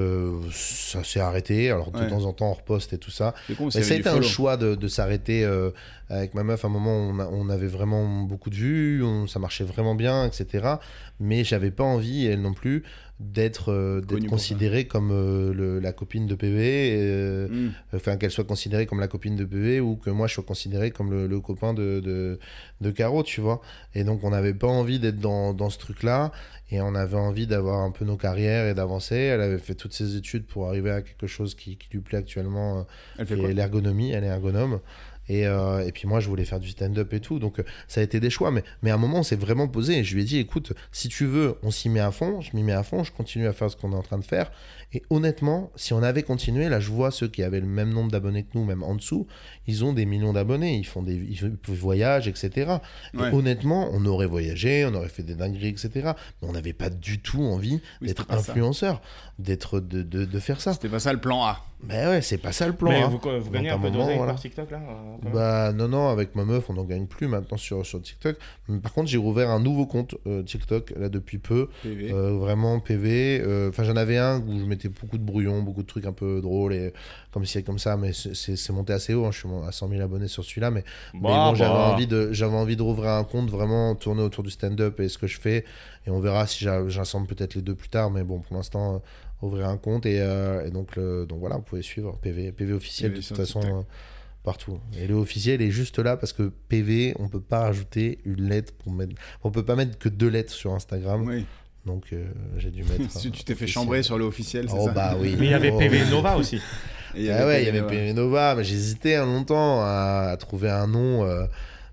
ça s'est arrêté. Alors de Ouais. temps en temps, on reposte et tout ça. C'est con, Mais s'il y ça a avait été du un follow. choix de s'arrêter avec ma meuf. À un moment, on avait vraiment beaucoup de vues, ça marchait vraiment bien, etc. Mais j'avais pas envie, et elle non plus, d'être Connue pour considérée comme la copine de PV. Enfin, qu'elle soit considérée comme la copine de PV ou que moi je sois considéré comme le copain de Caro, tu vois. Et donc, on n'avait pas envie d'être dans ce truc-là. Et on avait envie d'avoir un peu nos carrières et d'avancer. Elle avait fait toutes ses études pour arriver à quelque chose qui lui plaît actuellement, Elle fait qui quoi? est l'ergonomie. Elle est ergonome. Et puis moi, je voulais faire du stand-up et tout. Donc, ça a été des choix. Mais à un moment, on s'est vraiment posé. Et je lui ai dit, écoute, si tu veux, on s'y met à fond. Je m'y mets à fond. Je continue à faire ce qu'on est en train de faire. Et honnêtement, si on avait continué, là, je vois ceux qui avaient le même nombre d'abonnés que nous, même en dessous, ils ont des millions d'abonnés. Ils voyagent, etc. Ouais. Et honnêtement, on aurait voyagé, on aurait fait des dingueries, etc. Mais on n'avait pas du tout envie Oui, d'être c'était pas ça. influenceur, de faire ça. C'était pas ça le plan A. Ben ouais, c'est pas ça le plan. Mais hein. vous gagnez Donc, un à peu moment, d'oseille voilà. par TikTok là quand même Bah non, avec ma meuf, on n'en gagne plus maintenant sur TikTok. Mais par contre, j'ai rouvert un nouveau compte TikTok là depuis peu. PV. Vraiment PV. Enfin, j'en avais un où je mettais beaucoup de brouillons, beaucoup de trucs un peu drôles et comme ci et comme ça. Mais c'est monté assez haut. Hein. Je suis à 100 000 abonnés sur celui-là. Mais bon, j'avais envie de rouvrir un compte vraiment tourné autour du stand-up et ce que je fais. Et on verra si j'assemble peut-être les deux plus tard. Mais bon, pour l'instant, ouvrir un compte et donc voilà, vous pouvez suivre PV officiel PV de sur toute façon. TikTok. Partout. Et le officiel est juste là parce que PV, on peut pas rajouter une lettre pour mettre. On peut pas mettre que 2 lettres sur Instagram. Oui. Donc j'ai dû mettre. Si tu t'es fait officiel. chambrer sur le officiel, c'est Oh ça. bah oui. Mais il y avait Oh, PV oui. Nova aussi. Et Ah ouais, il y avait PV, PV Nova, mais j'hésitais longtemps à trouver un nom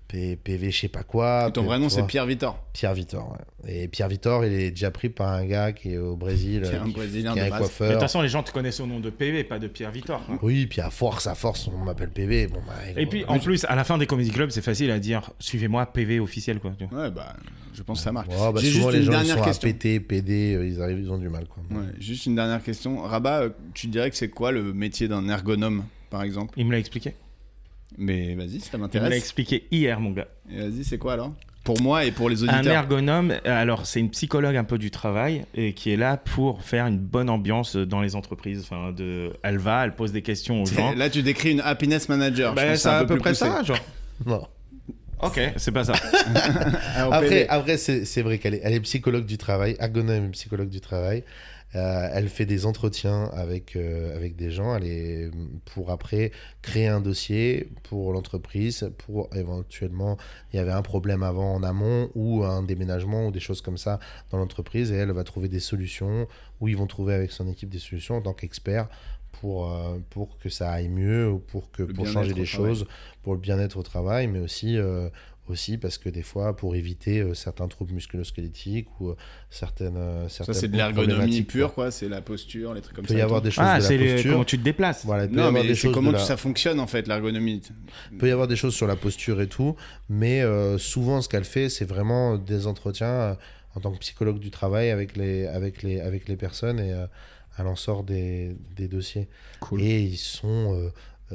PV je sais pas quoi. Et ton vrai nom, tu c'est vois. Pierre Vitor. Pierre Vitor, ouais. Et Pierre Vitor, il est déjà pris par un gars qui est au Brésil, Qui est un Brésilien qui est de un base. Mais de toute coiffeur. façon, les gens te connaissent au nom de PV, pas de Pierre Vitor. Hein. Oui, puis à force, on m'appelle PV. Bon, bah, Et puis, en plus, à la fin des comedy clubs, c'est facile à dire suivez-moi PV officiel, quoi. Tu vois. Ouais, bah, je pense que ça marche. ouais, bah, J'ai souvent juste les une gens ils dernière sont question. à PT, PD, ils arrivent, ils ont du mal, quoi. Ouais, juste une dernière question. Rabat, tu dirais que c'est quoi le métier d'un ergonome, par exemple? Il me l'a expliqué. Mais vas-y, ça Il me l'a m'intéresse. expliqué hier, mon gars. Et vas-y, c'est quoi alors? Pour moi et pour les Un auditeurs. ergonome, alors c'est une psychologue un peu du travail et qui est là pour faire une bonne ambiance dans les entreprises. Enfin, elle pose des questions aux gens. Là, tu décris une happiness manager. Je pense que c'est à un peu plus près poussé. ça, genre. Non. Ok, c'est pas ça. Alors, PV. Après c'est vrai qu'elle est psychologue du travail, ergonome psychologue du travail. Elle fait des entretiens avec des gens. Elle est pour après créer un dossier pour l'entreprise, pour éventuellement, il y avait un problème avant en amont ou un déménagement ou des choses comme ça dans l'entreprise, et elle va trouver des solutions, ou ils vont trouver avec son équipe des solutions en tant qu'expert pour que ça aille mieux, ou pour bien-être changer au les travail. choses, pour le bien-être au travail, mais aussi parce que des fois, pour éviter certains troubles musculo-squelettiques ou certaines Ça, c'est de l'ergonomie problématiques, pure, quoi. quoi. C'est la posture, les trucs comme Il ça. peut y et avoir tout. des choses Ah, de c'est la posture. comment tu te déplaces. Voilà, il peut y Non, avoir mais des c'est choses comment de la- ça fonctionne en fait, l'ergonomie. il peut y avoir des choses sur la posture et tout, mais souvent ce qu'elle fait, c'est vraiment des entretiens en tant que psychologue du travail avec les personnes, et elle en sort des dossiers. Cool. Et ils sont,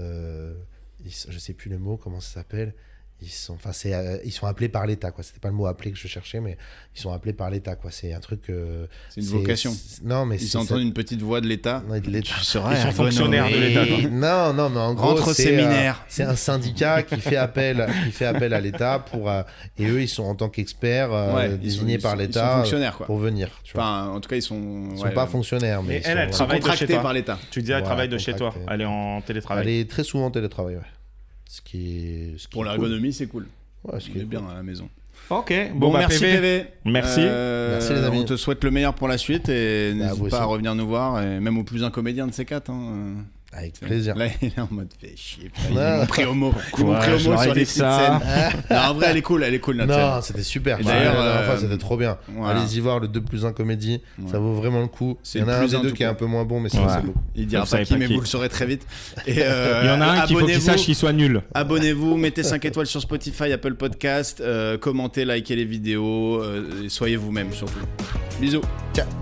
je sais plus le mot, comment ça s'appelle. Ils sont appelés par l'État, quoi. C'était pas le mot appelé que je cherchais, mais ils sont appelés par l'État, quoi. C'est un truc. C'est une vocation. Non, mais Ils s'entendent une petite voix de l'État. Ouais, de l'État. Tu seras Ils sont ergonome. fonctionnaires de l'État, quoi. Non, mais en gros, Rentre au séminaire. c'est un syndicat qui fait appel à l'État et eux, ils sont en tant qu'experts Ouais, désignés par Ils sont l'État fonctionnaires, quoi. pour venir. Tu vois. Enfin, en tout cas, ils sont. Ils sont pas fonctionnaires, mais Mais ils elle, sont, elle Ils sont travaille de chez contractés toi. par l'État. Tu dis, elle Ouais, travaille de chez toi. contracté. Elle est en télétravail. Elle est très souvent en télétravail, ouais. Ce qui est Pour cool. l'ergonomie, c'est cool. Ouais, ce qui On est est bien cool. à la maison. Ok, Bon, merci PV. PV. Merci. Merci, les amis. On te souhaite le meilleur pour la suite et vous n'hésite aussi. pas à revenir nous voir, et même au plus un comédien de ces quatre. Hein. Avec plaisir. Là, il est en mode fait chier. putain, Ils Ouais. m'ont pris au mot. Ils m'ont Ouais, pris au je mot leur ai sur dit les petites ça. scènes. Non, en vrai, elle est cool notre scène. Non, c'était super. Et d'ailleurs, la dernière fois, c'était trop bien. voilà. Allez-y voir le 2 plus 1 comédie. Ouais. Ça vaut vraiment le coup. C'est Il y en a le un plus des un deux tout qui est court. un peu moins bon, mais sinon Ouais. c'est beau. Il dira Vous savez pas qui, pas mais qui. vous le saurez très vite. Et Il y en a un qu'il faut qu'il abonnez-vous. sache qu'il soit nul. Abonnez-vous, mettez 5 étoiles sur Spotify, Apple Podcast, commentez, likez les vidéos, et soyez vous-même surtout. Bisous. Ciao.